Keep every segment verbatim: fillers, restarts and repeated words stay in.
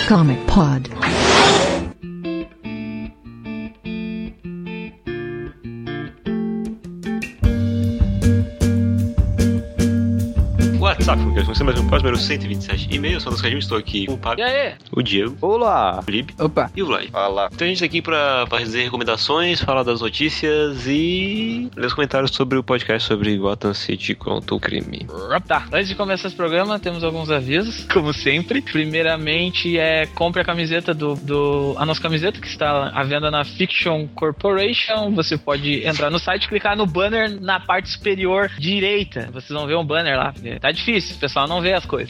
Comic Pod. WhatsApp, começando mais um próximo, número cento e vinte e sete e meio, eu sou o Lucas Cadinho, estou aqui com o Pablo, e aí? O Diego, olá, o Lib, opa, e o Vlad. Olá. Então a gente tá aqui pra fazer recomendações, falar das notícias e ler os comentários sobre o podcast sobre Gotham City contra o crime. Tá, antes de começar esse programa, temos alguns avisos, como sempre. Primeiramente, é compre a camiseta do, do... a nossa camiseta, que está à venda na Fiction Corporation. Você pode entrar no site, clicar no banner na parte superior direita. Vocês vão ver um banner lá. Tá difícil, o pessoal não vê as coisas.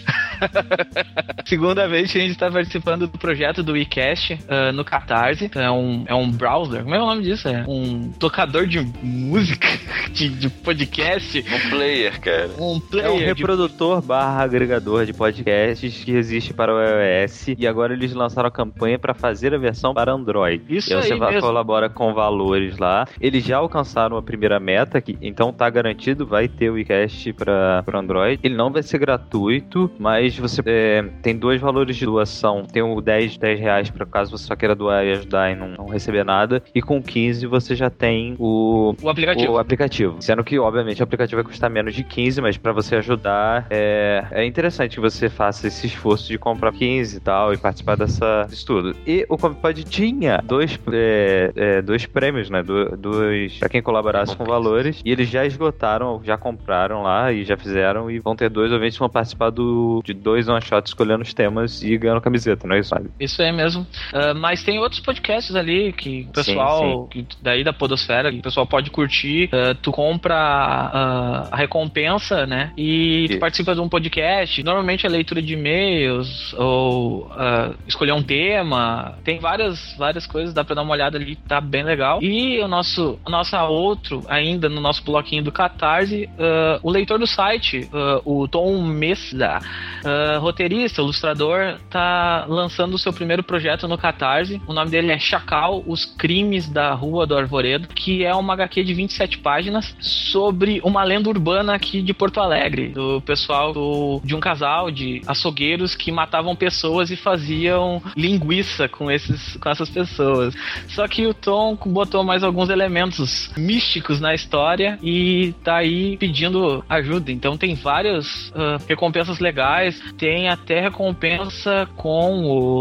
Segunda vez que a gente está participando do projeto do WeCast uh, no Catarse. É um, é um browser, como é o nome disso? É um tocador de música, de, de podcast. Um player, cara. Um player. É um reprodutor de... barra agregador de podcasts que existe para o iOS e agora eles lançaram a campanha para fazer a versão para Android. Isso e aí aí você mesmo. colabora com valores lá. Eles já alcançaram a primeira meta, que, então tá garantido, vai ter o WeCast para o Android. Ele não vai ser gratuito, mas você é, tem dois valores de doação. Tem o dez reais para caso você só queira doar e ajudar e não, não receber nada. E com quinze você já tem o, o, aplicativo. o aplicativo. Sendo que, obviamente, o aplicativo vai custar menos de quinze, mas para você ajudar, é, é interessante que você faça esse esforço de comprar quinze e tal e participar dessa, disso tudo. E o Comic tinha dois, é, é, dois prêmios, né? Do, dois, para quem colaborasse com valores. E eles já esgotaram, já compraram lá e já fizeram. E vão ter dois ouvintes que vão participar do, de dois one-shots escolhendo os temas e ganhando camiseta, não é isso, sabe? Isso é mesmo. Uh, mas tem outros podcasts ali que o pessoal, sim, sim. Que, daí da podosfera, que o pessoal pode curtir. Uh, tu compra uh, a recompensa, né? E tu isso. participa de um podcast. Normalmente é leitura de e-mails ou uh, escolher um tema. Tem várias, várias coisas, dá pra dar uma olhada ali, tá bem legal. E o nosso, o nosso outro, ainda no nosso bloquinho do Catarse, uh, o leitor do site, uh, o Tom Mesa, uh, roteirista, ilustrador, tá lançando o seu primeiro projeto no Catarse. O nome dele é Chacal, Os Crimes da Rua do Arvoredo, que é uma agá quê de vinte e sete páginas sobre uma lenda urbana aqui de Porto Alegre, do pessoal do, de um casal de açougueiros que matavam pessoas e faziam linguiça com, esses, com essas pessoas. Só que o Tom botou mais alguns elementos místicos na história e tá aí pedindo ajuda. Então tem várias uh, recompensas legais, tem até recompensa com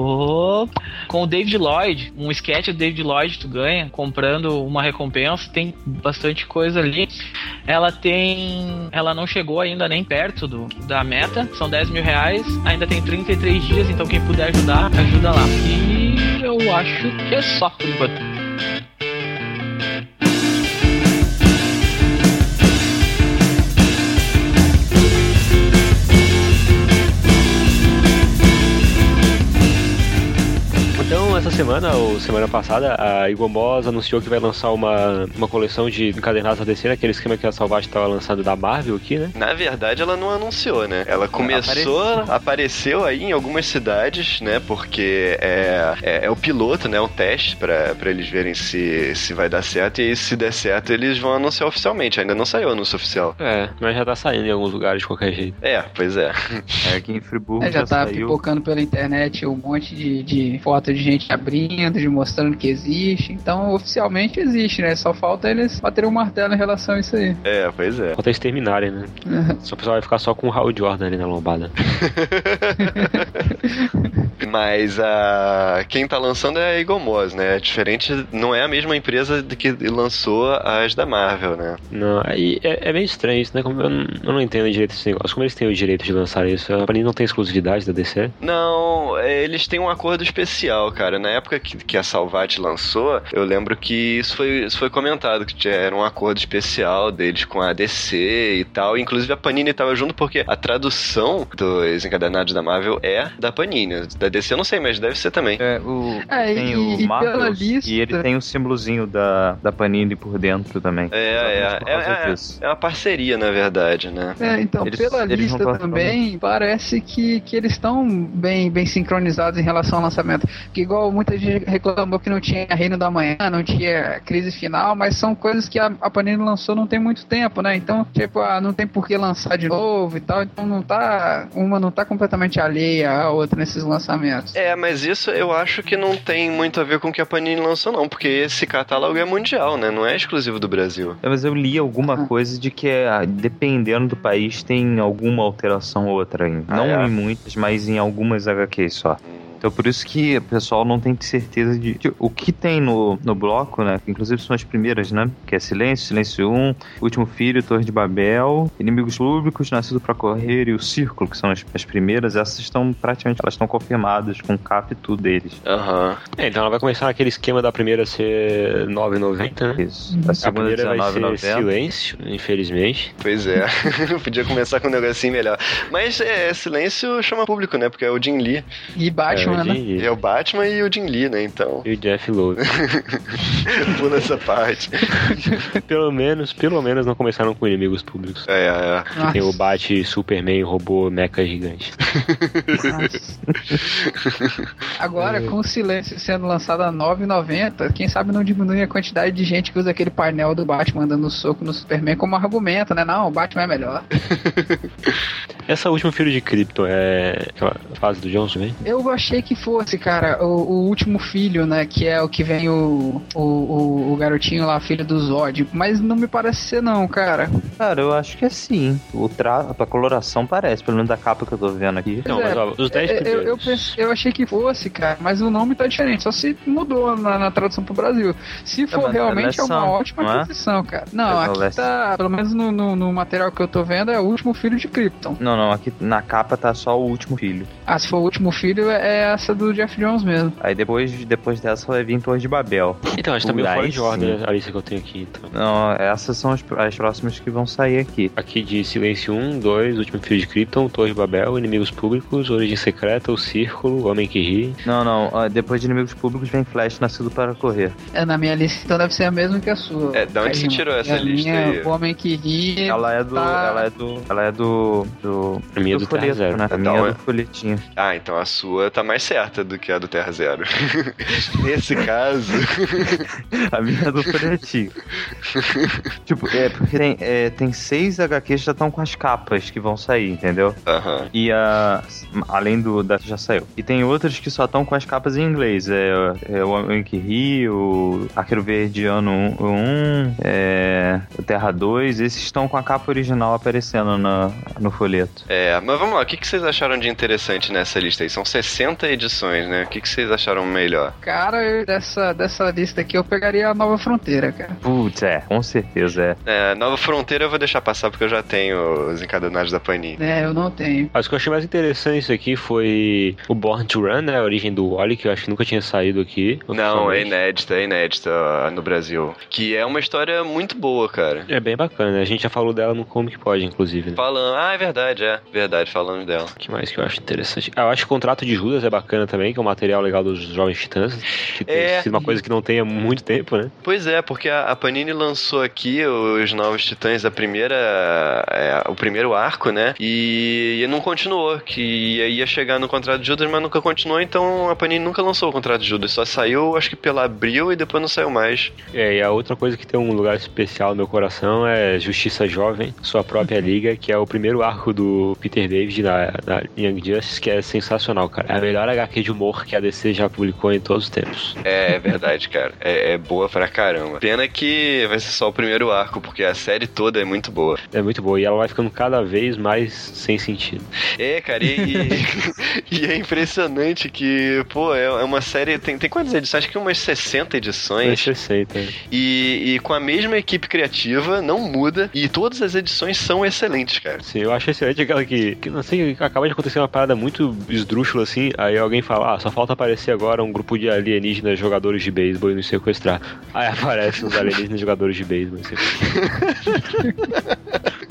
o com o David Lloyd, um sketch do David Lloyd tu ganha comprando uma recompensa, tem bastante coisa ali. Ela tem, ela não chegou ainda nem perto do, da meta, são dez mil reais, ainda tem trinta e três dias, então quem puder ajudar, ajuda lá. E eu acho que é só por enquanto. Então, essa semana, ou semana passada, a Igomos anunciou que vai lançar uma, uma coleção de encadernados da D C, aquele esquema que a Salvage estava lançando da Marvel aqui, né? Na verdade, ela não anunciou, né? Ela começou, apareceu, apareceu aí em algumas cidades, né? Porque é, é, é o piloto, né? Um teste pra, pra eles verem se, se vai dar certo. E aí, se der certo, eles vão anunciar oficialmente. Ainda não saiu o anúncio oficial. É, mas já tá saindo em alguns lugares de qualquer jeito. É, pois é. É, aqui em Friburgo é, já, já tá saiu. Pipocando pela internet um monte de, de fotos de gente abrindo, de mostrando que existe. Então, oficialmente existe, né? Só falta eles baterem um martelo em relação a isso aí. É, pois é. Falta eles terminarem, né? Uhum. Só o pessoal vai ficar só com o Hal Jordan ali na lombada. Mas a... quem tá lançando é a Igomos, né? Diferente, não é a mesma empresa que lançou as da Marvel, né? Não, aí é, é meio estranho isso, né? Como eu, não, eu não entendo direito esse negócio. Como eles têm o direito de lançar isso? A Panini não tem exclusividade da D C? Não, eles têm um acordo especial, cara. Na época que, que a Salvat lançou, eu lembro que isso foi, isso foi comentado, que era um acordo especial deles com a D C e tal. Inclusive a Panini tava junto porque a tradução dos encadernados da Marvel é da Panini. Da D C eu não sei, mas deve ser também. É, o, é, tem e, o e Marvel lista... e ele tem o símbolozinho da, da Panini por dentro também. É, é, é, é, é uma parceria, na verdade, né? É, então, eles, pela eles lista também, parece que, que eles estão bem, bem sincronizados em relação ao lançamento. Porque igual muita gente gente reclamou que não tinha Reino da Manhã, não tinha Crise Final, mas são coisas que a, a Panini lançou não tem muito tempo, né? Então, tipo, ah, não tem por que lançar de novo e tal, então não tá, uma não tá completamente alheia à outra nesses lançamentos. É, mas isso eu acho que não tem muito a ver com o que a Panini lançou, não, porque esse catálogo é mundial, né? Não é exclusivo do Brasil. É, mas eu li alguma ah. coisa de que, dependendo do país, tem alguma alteração ou outra ainda. Ah, não é? Em muitas, mas em algumas H Qs só. Então por isso que o pessoal não tem certeza de, de o que tem no, no bloco, né? Inclusive são as primeiras, né? Que é Silêncio, Silêncio um, Último Filho, Torre de Babel, Inimigos Públicos, Nascido pra Correr e O Círculo, que são as, as primeiras. Essas estão praticamente, elas estão confirmadas com cap e tudo deles. Aham. Uhum. É, então ela vai começar naquele esquema da primeira ser nove reais e noventa centavos, né? Isso. A segunda a primeira vai ser dezenove reais e noventa centavos. Silêncio, infelizmente. Pois é. Podia começar com um negocinho melhor. Mas é, Silêncio chama público, né? Porque é o Jim Lee. E Batman, é, né? E é o Batman e o Jim Lee, né? Então. E o Jeff Lowe. Pula essa parte. Pelo menos, pelo menos não começaram com inimigos públicos. É, é, é. Tem o Bat, Superman, robô, mecha gigante. Agora, com o Silêncio sendo lançado a nove reais e noventa centavos, quem sabe não diminui a quantidade de gente que usa aquele painel do Batman dando soco no Superman como argumento, né? Não, o Batman é melhor. Essa última Filho de Krypton é aquela fase do Johnson, hein? Eu achei que fosse, cara, o, o último filho, né? Que é o que vem o, o, o, o garotinho lá, filho do Zod. Mas não me parece ser não, cara. Cara, eu acho que é sim. O tra... A coloração parece, pelo menos da capa que eu tô vendo aqui. Não, mas ó, os dez primeiros. Eu, eu, pensei, eu achei que fosse, cara, mas o nome tá diferente. Só se mudou na, na tradução pro Brasil. Se for é, realmente é uma ótima não aquisição, é? Cara. Não, é aqui tá, pelo menos no, no, no material que eu tô vendo, é o último filho de Krypton. Não, não, aqui na capa tá só o último filho. Ah, se for o último filho, é essa do Jeff Jones mesmo. Aí depois, depois dessa vai vir Torre de Babel. Então, acho que tá meio fora de ordem a lista que eu tenho aqui. Então. Não, essas são as, as próximas que vão sair aqui. Aqui de Silêncio um, dois, Último Filho de Krypton, Torre de Babel, Inimigos Públicos, Origem Secreta, O Círculo, O Homem que Ri. Não, não, depois de Inimigos Públicos vem Flash, Nascido para Correr. É, na minha lista então deve ser a mesma que a sua. É, de onde você tirou essa lista minha, aí? O Homem que Ri. Ela é do. Tá... Ela é do. Ela é do. do a minha do, do folheto, Terra Zero. Né? A então, minha é é... do folhetinho. Ah, então a sua tá mais certa do que a do Terra Zero. Nesse caso. A minha é do folhetinho. Tipo, é porque tem, é, tem seis H Qs que já estão com as capas que vão sair, entendeu? Aham. Uhum. E a. Além do da que já saiu. E tem outras que só estão com as capas em inglês. É, é o Homem que Ri, o Arqueiro Verdiano um, é, o Terra dois. Esses estão com a capa original aparecendo na, no folheto. É, mas vamos lá. O que, que vocês acharam de interessante nessa lista aí? São sessenta edições, né? O que, que vocês acharam melhor? Cara, eu, dessa, dessa lista aqui eu pegaria a Nova Fronteira, cara. Putz, é. Com certeza, é. É, Nova Fronteira eu vou deixar passar porque eu já tenho os encadernados da Panini. É, eu não tenho. Mas o que eu achei mais interessante isso aqui foi o Born to Run, né? A origem do Wally, que eu acho que nunca tinha saído aqui. Não, é inédita, é inédita no Brasil. Que é uma história muito boa, cara. É bem bacana, né? A gente já falou dela no Comic Pod, inclusive. Né? Falando, ah, é verdade, é. Verdade, falando dela. O que mais que eu acho interessante? Ah, eu acho que o Contrato de Judas é bacana também, que é um material legal dos Jovens Titãs. Que tem é. sido uma coisa que não tem há muito tempo, né? Pois é, porque a, a Panini lançou aqui os Novos Titãs, a primeira, é, o primeiro arco, né? E, e não continuou, que ia chegar no Contrato de Judas, mas nunca continuou, então a Panini nunca lançou o Contrato de Judas. Só saiu, acho que pela Abril e depois não saiu mais. É, e a outra coisa que tem um lugar especial no meu coração é Justiça Jovem, Sua Própria Liga, que é o primeiro arco do Peter David na, na Young Justice, que é sensacional, cara. É a melhor H Q de humor que a D C já publicou em todos os tempos. É, é verdade, cara. É, é boa pra caramba. Pena que vai ser só o primeiro arco, porque a série toda é muito boa. É muito boa, e ela vai ficando cada vez mais sem sentido. É, cara, e, e é impressionante que, pô, é uma série, tem, tem quantas edições? Acho que umas sessenta edições. Umas sessenta. E, e com a mesma equipe criativa, não muda, e todas as edições são excelentes, cara. Sim, eu acho excelente aquela que, que não sei, acaba de acontecer uma parada muito esdrúxula assim, aí alguém fala, ah, só falta aparecer agora um grupo de alienígenas jogadores de beisebol e nos sequestrar. Aí aparecem os alienígenas jogadores de beisebol e nos sequestrar.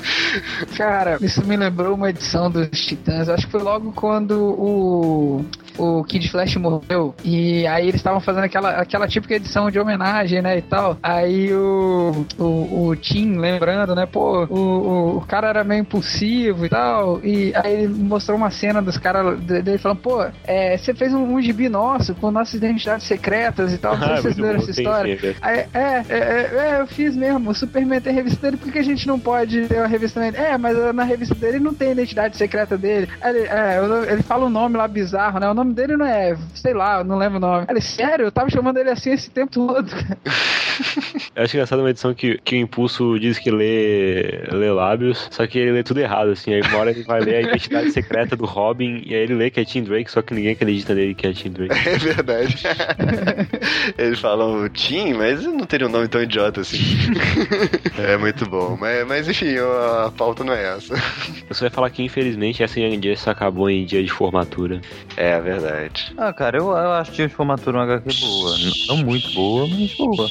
Cara, isso me lembrou uma edição dos Titãs, acho que foi logo quando o o Kid Flash morreu. E aí eles estavam fazendo aquela, aquela típica edição de homenagem, né, e tal. Aí o, o, o Tim, lembrando, né, pô, o, o, o cara era meio impulsivo e tal. E aí ele mostrou uma cena dos caras dele falando, pô, é, você fez um, um gibi nosso com nossas identidades secretas e tal. Não sei se vocês leram essa história. Sim, aí, é, é, é, é, eu fiz mesmo. O Superman tem a revista dele, por que a gente não pode ter uma revista dele? É, mas na revista dele não tem a identidade secreta dele. Aí ele, é, ele fala um nome lá bizarro, né? O nome dele não é, sei lá, eu não lembro o nome. Ele, sério? Eu tava chamando ele assim esse tempo todo. Eu acho engraçado uma edição que, que o Impulso diz que lê, lê lábios, só que ele lê tudo errado, assim. Aí uma hora ele vai ler a identidade secreta do Robin, e aí ele lê que é Tim Drake, só que ninguém acredita nele que é Tim Drake. É verdade. Eles falam Tim, mas não teria um nome tão idiota assim. É muito bom. Mas, mas enfim, a pauta não é essa. Você vai falar que infelizmente essa Young Justice acabou em dia de formatura. É verdade. Ah, cara, eu, eu acho Dia de Formatura uma agá quê boa. N- não muito boa, mas boa.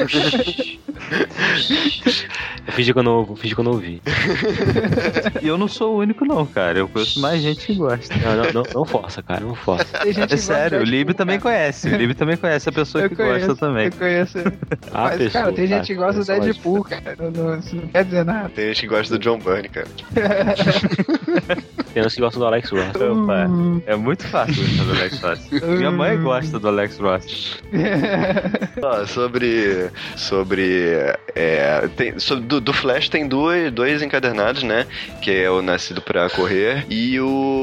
Eu fingi que eu não, fingi que eu não ouvi. E eu não sou o único, não, cara. Eu conheço mais gente que gosta. Não, não, não, não força, cara, não força. Tem gente É que sério, o gosta de Libby Deadpool, também cara. conhece. O Libby também conhece a pessoa Eu que conheço, gosta também. eu conheço. A Mas, pessoa, cara, tem gente que tá? gosta do Só mais Deadpool, cara. Não, não, isso não quer dizer nada. Tem gente que gosta do John Byrne, cara. Tem uns que gostam do Alex Ross. Opa, é muito fácil gostar do Alex Ross. Minha mãe gosta do Alex Ross. Ó, sobre. Sobre. É, tem, sobre do, do Flash tem dois, dois encadernados, né? Que é o Nascido pra Correr e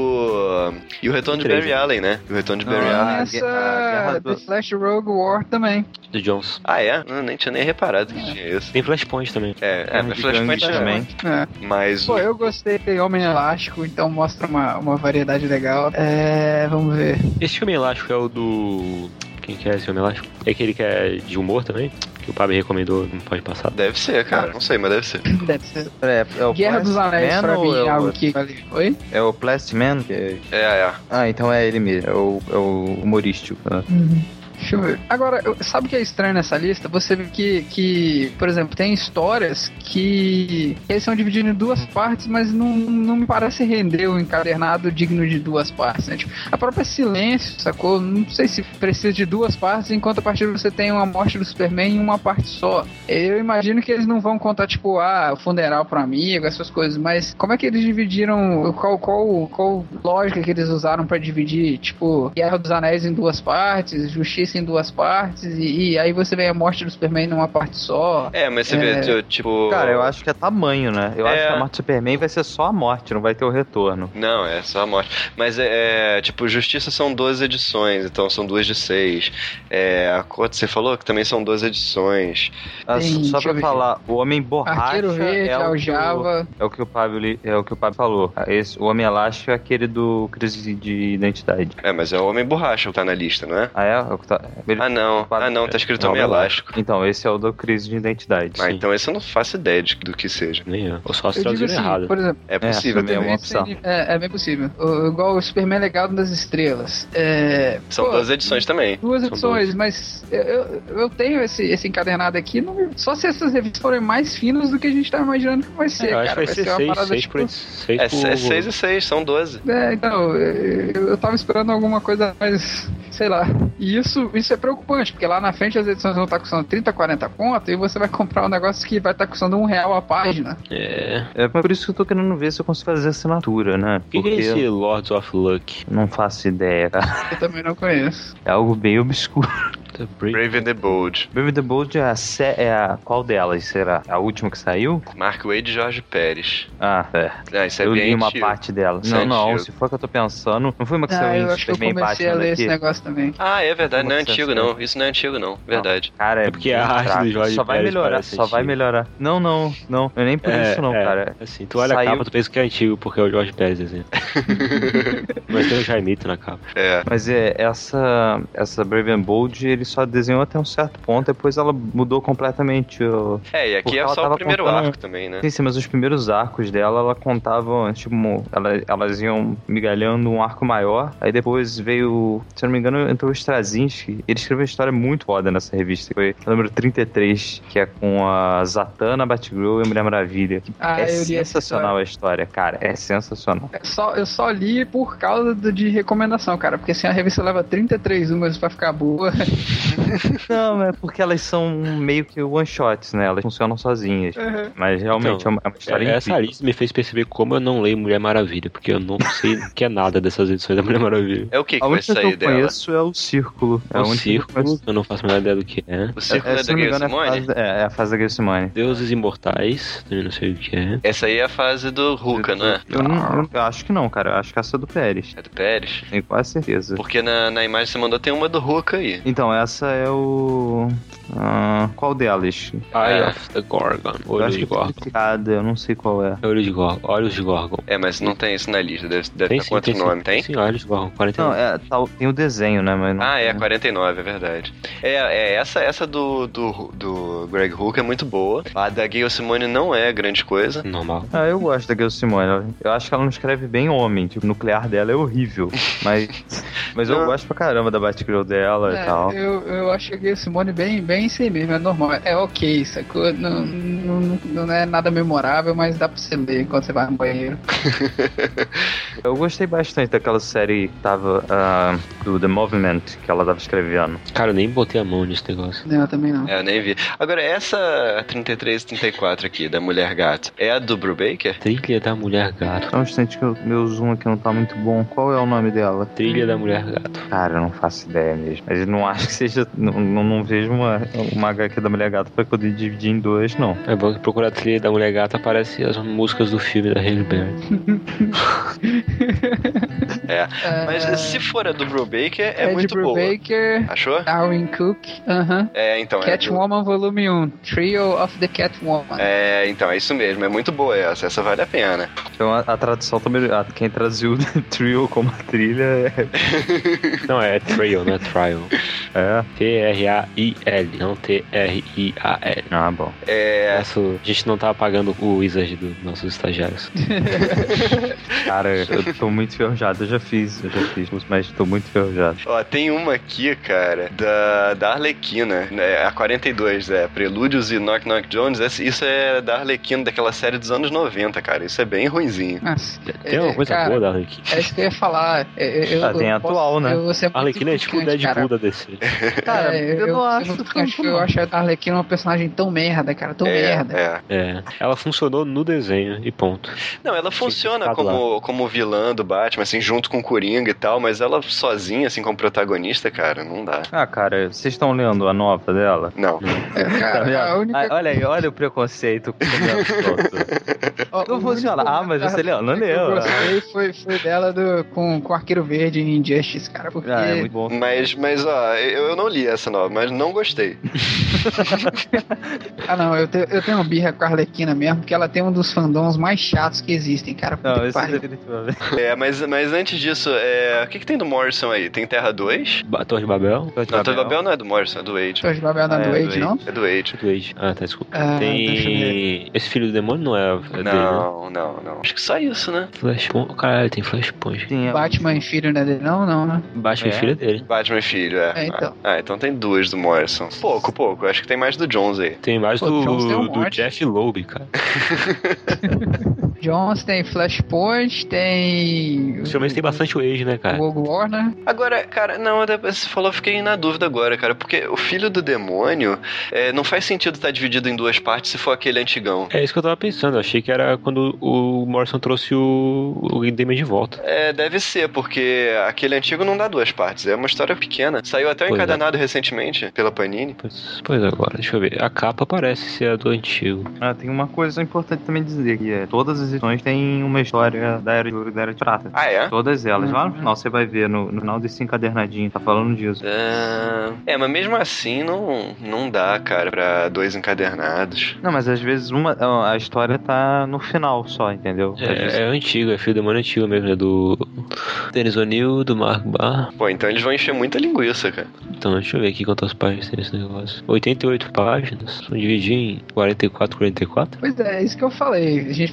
o. E o Retorno de Três. Barry Allen, né? E o Retorno de Barry Tem Allen. a essa guerra The do- Flash Rogue War também. Do Jones. Ah, é? Eu nem tinha nem reparado que tinha isso. Tem Flashpoint também. É, é, mas Flashpoint também. também. É. Mas. Pô, eu gostei de Homem Elástico, então mostra uma, uma variedade legal. É, vamos ver. Esse filme elástico é o do... Quem que é esse filme elástico? É aquele que é de humor também? Que o Pablo recomendou, não pode passar. Deve ser, cara. Não sei, mas deve ser. Deve ser. É, é o Guerra dos Plastic Anéis, Man pra ou mim, é é o algo outro? que... Oi? É o Plastic Man? Que é- É, é. Ah, então é ele mesmo. É o, é o humorístico. Né? Uhum. Deixa eu ver. Agora, eu- sabe o que é estranho nessa lista? Você vê que, que por exemplo, tem histórias que eles são divididos em duas partes, mas não, não me parece render um encadernado digno de duas partes, né? Tipo, a própria Silêncio, sacou? Não sei se precisa de duas partes, enquanto a partir você tem uma morte do Superman em uma parte só. Eu imagino que eles não vão contar, tipo, ah, funeral pro amigo, essas coisas, mas como é que eles dividiram, qual, qual, qual lógica que eles usaram pra dividir, tipo, Guerra dos Anéis em duas partes, Justiça em duas partes, e, e aí você vê a morte do Superman numa parte só. É, mas você É. vê, tipo. Cara, eu acho que é tamanho, né? Eu É. acho que a morte do Superman vai ser só a morte, não vai ter o retorno. Não, é só a morte. Mas é, é, tipo, Justiça são doze edições, então são duas de seis. É, a Corte, você falou que também são duas edições. Ah, Tem, só deixa pra eu ver. falar, o Homem Borracha Arqueiro Verde, é, o que Aljava. o, é o que o Pablo li- é o que o Pablo falou. Esse, o Homem Elástico é aquele do crise de identidade. É, mas é o Homem Borracha que tá na lista, não é? Ah, é? É o que tá- ele- Ah, não. Pablo- Ah, não, tá escrito Não, Homem não, não. Elástico. Então, esse é o do crise de identidade. Ah, Sim. então esse eu não faço ideia de- do que seja. Nem eu. Ou só se Eu digo traduziram assim, errado. por exemplo, É possível também é também. uma opção. É, é bem possível. O- igual o Superman Legado das Estrelas. É, São pô, duas edições também. Duas São edições, duas. mas eu, eu, eu tenho esse, esse encadernado aqui, não me- só se essas revistas forem mais finas do que a gente tá imaginando que vai ser, eu acho cara. que vai ser uma seis, parada seis tipo... por seis É, por... é seis e seis, são doze. É, então, eu, eu tava esperando alguma coisa mais, sei lá. E isso, isso é preocupante, porque lá na frente as edições vão estar custando trinta, quarenta conto e você vai comprar um negócio que vai estar custando um real a página. É. É por isso que eu tô querendo ver se eu consigo fazer assinatura, né? O que, que Porque é esse Lords of Luck? eu não faço ideia, cara. Eu também não conheço. É algo bem obscuro. The Brave... Brave and the Bold. Baby the Bold é a, sé- é a... Qual delas será? A última que saiu? Mark Waid e Jorge Pérez. Ah, é. Ah, isso é eu bem li uma antigo. parte dela. Isso não, é não, antigo. se for que eu tô pensando. Não foi uma que Ah, saiu eu em acho que eu Superman comecei a Batman ler daqui? esse negócio também. Ah, é verdade, não é Como que antigo você não. Isso não é antigo não, verdade. Cara, é, É porque bem a arte do fraco. Jorge Só vai Pérez melhorar, parece só vai antigo. melhorar. Não, não, não. Eu nem por É, isso não, é, cara. Assim, tu olha Saiu- a capa, tu pensa que é antigo, porque é o Jorge Pérez desenho. Mas tem o Jaimito na capa. É. Mas é, essa, essa Brave and Bold, ele só desenhou até um certo ponto, depois ela mudou completamente. O... É, e aqui Porque é ela só o tava primeiro contando- arco também, né? Sim, sim, mas os primeiros arcos dela, ela contava, tipo, ela, elas iam migalhando um arco maior, aí depois veio, se eu não me engano, entrou o Straczynski, ele escreveu uma história muito foda nessa revista, que foi o número trinta e três, que é com a Zatanna, Batgirl e a Mulher Maravilha. Ah, é eu li essa sensacional a história, cara, é sensacional. É só, eu só li por causa do, de recomendação, cara. Porque assim, a revista leva trinta e três números pra ficar boa. Não, é porque elas são meio que one-shots, né? Elas funcionam sozinhas. Uhum. Mas realmente então, é, uma, é uma história é, essa lista me fez perceber como eu não leio Mulher Maravilha, porque eu não sei o que é nada dessas edições da Mulher Maravilha. É o que que vai sair dela? A única que eu conheço é o Círculo. É o Círculo, eu não faço a menor ideia do que é. O Círculo é, é da Gayle Simone? É, é a fase da Gayle Simone. Deuses Imortais, também não sei o que é. Essa aí é a fase do Ruka, não é? Eu, não, eu, eu acho que não, cara. Eu acho que essa é do Pérez. É do Pérez? Tenho quase certeza. Porque na, na imagem que você mandou tem uma do Ruka aí. Então, essa é o... Uh, qual delas? Eye é. of the Gorgon. Olho de Gorgon. É eu não sei qual é. Olho de Gorgon. Olhos de Gorgon. É, mas não tem isso na lista. Deve, deve tem ter sim, quanto tem nome? Sim. Tem? Sim, Olhos de Gorgon. quarenta e nove. Não, é, tá, tem o desenho, né? Mas não, ah, é, né? quarenta e nove, é verdade. É, é essa, essa do, do, do Greg Hook é muito boa. A da Gayle Simone não é grande coisa. Normal. Ah, eu gosto da Gayle Simone. Eu acho que ela não escreve bem homem. Tipo, o nuclear dela é horrível. Mas, mas eu gosto pra caramba da Batgirl dela é, e tal. Eu, eu acho que a Gayle Simone bem, bem isso aí mesmo, é normal. É ok, sacou? Não, não, não é nada memorável, mas dá pra você ler quando você vai no banheiro. Eu gostei bastante daquela série que tava uh, do The Movement, que ela tava escrevendo. Cara, eu nem botei a mão nesse negócio. Não, eu também não. É, eu nem vi. Agora, essa trinta e três e trinta e quatro aqui, da Mulher Gato, é a do Brubaker? Trilha da Mulher Gato. Só um instante que o meu zoom aqui não tá muito bom. Qual é o nome dela? Trilha da Mulher Gato. Cara, eu não faço ideia mesmo. Mas eu não acho que seja... Não, não, não vejo uma, uma agá quê da Mulher Gato pra poder dividir em dois, não. É bom que procurar a trilha da Mulher Gato aparece as músicas do filme da Halle Berry. É, mas se for a do Brubaker, é Ed muito Brubaker, boa. Achou? Darwin Cook, aham. Uh-huh. É, então. Catwoman é do... Volume um, Trio of the Catwoman. É, então, é isso mesmo. É muito boa essa. Essa vale a pena. Então a, a tradução também... A, quem traduziu Trio como a trilha é... Não, é Trio, não é Trial. É. T R A I L, não T R I A L. Ah, bom. É... Nosso, a gente não tá pagando o Wizard dos nossos estagiários. Cara, eu tô muito enferrujado. Eu já fiz, eu já fiz, mas tô muito enferrujado. Ó, tem uma aqui, cara, da, da Arlequina, né, a quarenta e dois, é, Prelúdios e Knock Knock Jones. Isso é da Arlequina, daquela série dos anos noventa, cara. Isso é bem ruinzinho. Nossa, tem uma coisa cara, boa da Arlequina. É isso que eu ia falar. Eu, ah, tem eu atual, posso, né? Eu, a Arlequina é tipo o Deadpool da D C. Cara, eu, eu, não acho. Eu, eu, acho, eu acho a Arlequina uma personagem tão merda, cara. Tão é, merda. É. é. Ela funcionou no desenho e ponto. Não, ela funciona como, como vilã do Batman, assim, junto com o Coringa e tal, mas ela sozinha, assim, como protagonista, cara, não dá. Ah, cara, vocês estão lendo a nova dela? Não. É, cara, a única... ah, olha aí, olha o preconceito. Não funciona. Ah, mas você leu, não leu. Eu gostei foi, foi dela do, com, com o Arqueiro Verde em Injustice, cara, porque... Ah, é muito bom. Mas, mas ó, eu, eu não li essa nova, mas não gostei. Ah, não, eu, te, eu tenho uma birra com a Arlequina mesmo, porque ela tem um dos fandoms mais chatos que existem, cara. Não, isso é definitivamente. É, mas, mas antes disso, é... o que, que tem do Morrison aí? Tem Terra dois? Torre de Babel? Torre de não, Torre de Babel não é do Morrison, é do Wade. Torre de Babel não é ah, do é Wade, não? É do Wade. Do Wade. Ah, tá, desculpa. Ah, tem... Esse Filho do Demônio não é, é não, dele, né? Não, não, não. Acho que só isso, né? Flashpoint. Caralho, tem Flashpoint. Sim, Batman e Filho não é dele, não? Não, né? Batman e é. Filho é dele. Batman e Filho, é. É, então. Ah, então tem duas do Morrison. Pouco, pouco. Acho que tem mais do Jones aí. Tem mais Pô, do, Jones tem um do monte. Jeff Loeb, cara. Jones, tem Flashpoint, tem... Realmente tem bastante Wade, né, cara? Rogue War, né? Agora, cara, não, você falou, eu fiquei na dúvida agora, cara, porque o Filho do Demônio é, não faz sentido estar dividido em duas partes se for aquele antigão. É isso que eu tava pensando, eu achei que era quando o Morrison trouxe o, o Damien de volta. É, deve ser, porque aquele antigo não dá duas partes, é uma história pequena. Saiu até o Pois encadenado é. recentemente pela Panini. Pois, pois agora, deixa eu ver. A capa parece ser a do antigo. Ah, tem uma coisa importante também dizer, que é, todas as edições têm uma história da Era de Ouro e da Era de Prata. Ah, é? Todas elas. Uhum. Lá no final você vai ver, no, no final desse encadernadinho, tá falando disso. Uh, é, mas mesmo assim não, não dá, cara, pra dois encadernados. Não, mas às vezes uma, a história tá no final só, entendeu? Às vezes... É, é antigo, é Filho do Demônio antigo mesmo, é do Dennis O'Neil, do Mark Barr. Pô, então eles vão encher muita linguiça, cara. Então, deixa eu ver aqui quantas páginas tem esse negócio. oitenta e oito páginas, vão dividir em quarenta e quatro, quarenta e quatro? Pois é, é isso que eu falei. A gente vai estar pagando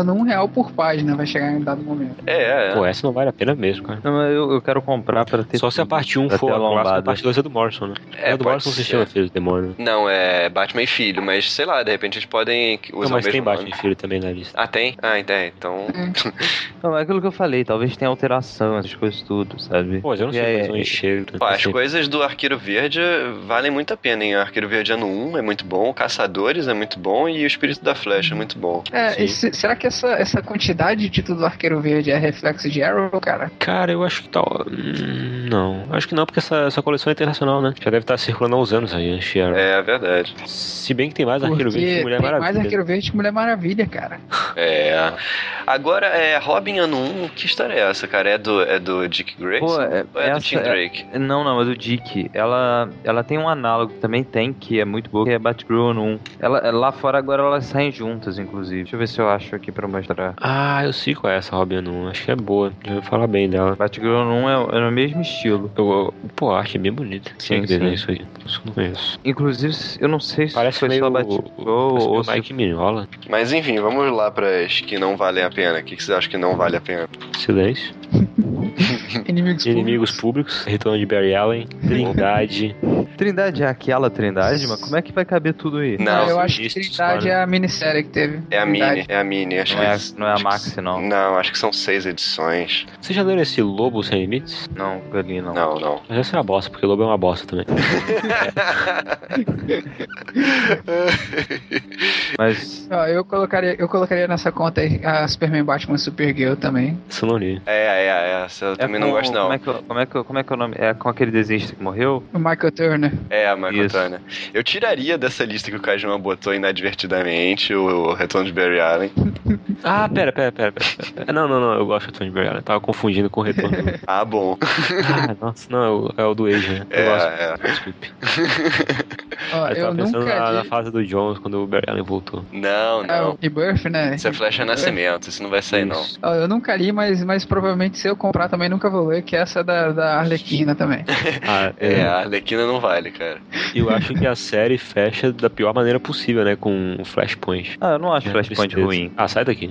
pagando um real por página, vai chegar em dado momento. É, é. Pô, essa não vale a pena mesmo, cara. Não, mas eu, eu quero comprar pra ter. Só se a parte um pra for ter a clássica, a lombada. parte dois é do Morrison, né? É, É, do pode Morrison se ser. chama Filho do Demônio. Não, é Batman e Filho, mas sei lá, de repente eles podem usar Não, mas o mesmo tem Batman nome. e Filho também na lista. Ah, tem? Ah, tem. Então. Não, é aquilo que eu falei, talvez tenha alteração, essas coisas tudo, sabe? Pô, eu não E sei aí, quais são encheiro. Pô, as coisas do Arqueiro Verde valem muito a pena, hein? Arqueiro Verde ano um é muito bom, Caçadores é muito bom e o Espírito da Flecha é muito bom. É, esse- será que essa, essa quantidade de título do Arqueiro Verde é reflexo de Arrow, cara? Cara, eu acho que tal. Hum, não. Acho que não, porque essa, essa coleção é internacional, né? Já deve estar circulando há uns anos aí, antes de Arrow. É, verdade. Se bem que tem mais Arqueiro Porque Verde que Mulher tem mais Maravilha. Arqueiro Verde que Mulher Maravilha, cara. É. Agora, é Robin ano um, que história é essa, cara? É do, é do Dick Grayson? Pô, é, Ou é do essa Tim é- Drake? Não, não, é do Dick. Ela, ela tem um análogo que também tem, que é muito boa, que é Batgirl no um. Ela, lá fora agora elas saem juntas, inclusive. Deixa eu ver se eu acho aqui pra mostrar. Ah, eu sei qual é essa Robin um. Acho que é boa. Já ouvi falar bem dela. Batgirl no um é, é no mesmo estilo. Eu, eu- pô, a arte é bem bonita. Quem é que Sim, desenha sim. isso aí? Isso eu não conheço. Inclusive, eu não sei se Parece foi meio só o, Batgirl parece ou meio se... Mike Mignola. Mas enfim, vamos lá pras que não valem a pena. O que, que você acha que não vale a pena? Silêncio. Inimigos, Inimigos Públicos. Retorno de Barry Allen. Trindade. Trindade é aquela Trindade, mas como é que vai caber tudo aí? Não, Não, eu são acho que listos, Trindade cara. é a minissérie que teve. É a Trindade. Mini, é a Mini. Acho Não que é, eles- não é a acho que- Maxi, não. Não, acho que são seis edições. Vocês já leram esse Lobo Sem Limites? Não, ali não. Não, não. Mas essa é uma bosta, porque Lobo é uma bosta também. Mas Ó, eu colocaria, eu colocaria nessa conta aí a Superman, Batman e Supergirl também. Isso eu não li. É, é, é. Essa eu é também com- não gosto, não. Como é, que, eu- como, é que, eu- como é que é o nome? É com aquele desenhista que morreu? O Michael Turner. É, a Michael Isso. Turner. Eu tiraria dessa lista que o Kajima botou inadvertidamente o, o Retorno de Barry Allen. Ah, pera, pera, pera, pera. pera. Não, não, não, eu gosto do Retorno de Barry Allen. Tava confundindo com o Retorno. do- Ah, bom. Ah, nossa, não, é o, é o do Age, né? Eu É, gosto. é. Desculpe. Ó, Eu eu tava pensando nunca na, li. na fase do Jones, quando o Barry Allen voltou. Não, É, o não. Rebirth, né? Isso é Flecha Nascimento, isso não vai sair, não. Isso. Ó, eu nunca li, mas, mas provavelmente se eu comprar também nunca vou ler, que essa é da, da Arlequina também. Ah, É, é, a Arlequina não vale, cara. eu acho que a série fecha da pior maneira possível, né? Com o Flashpoint. Ah, eu não acho É, Flashpoint tristeza. ruim. Ah, sai daqui.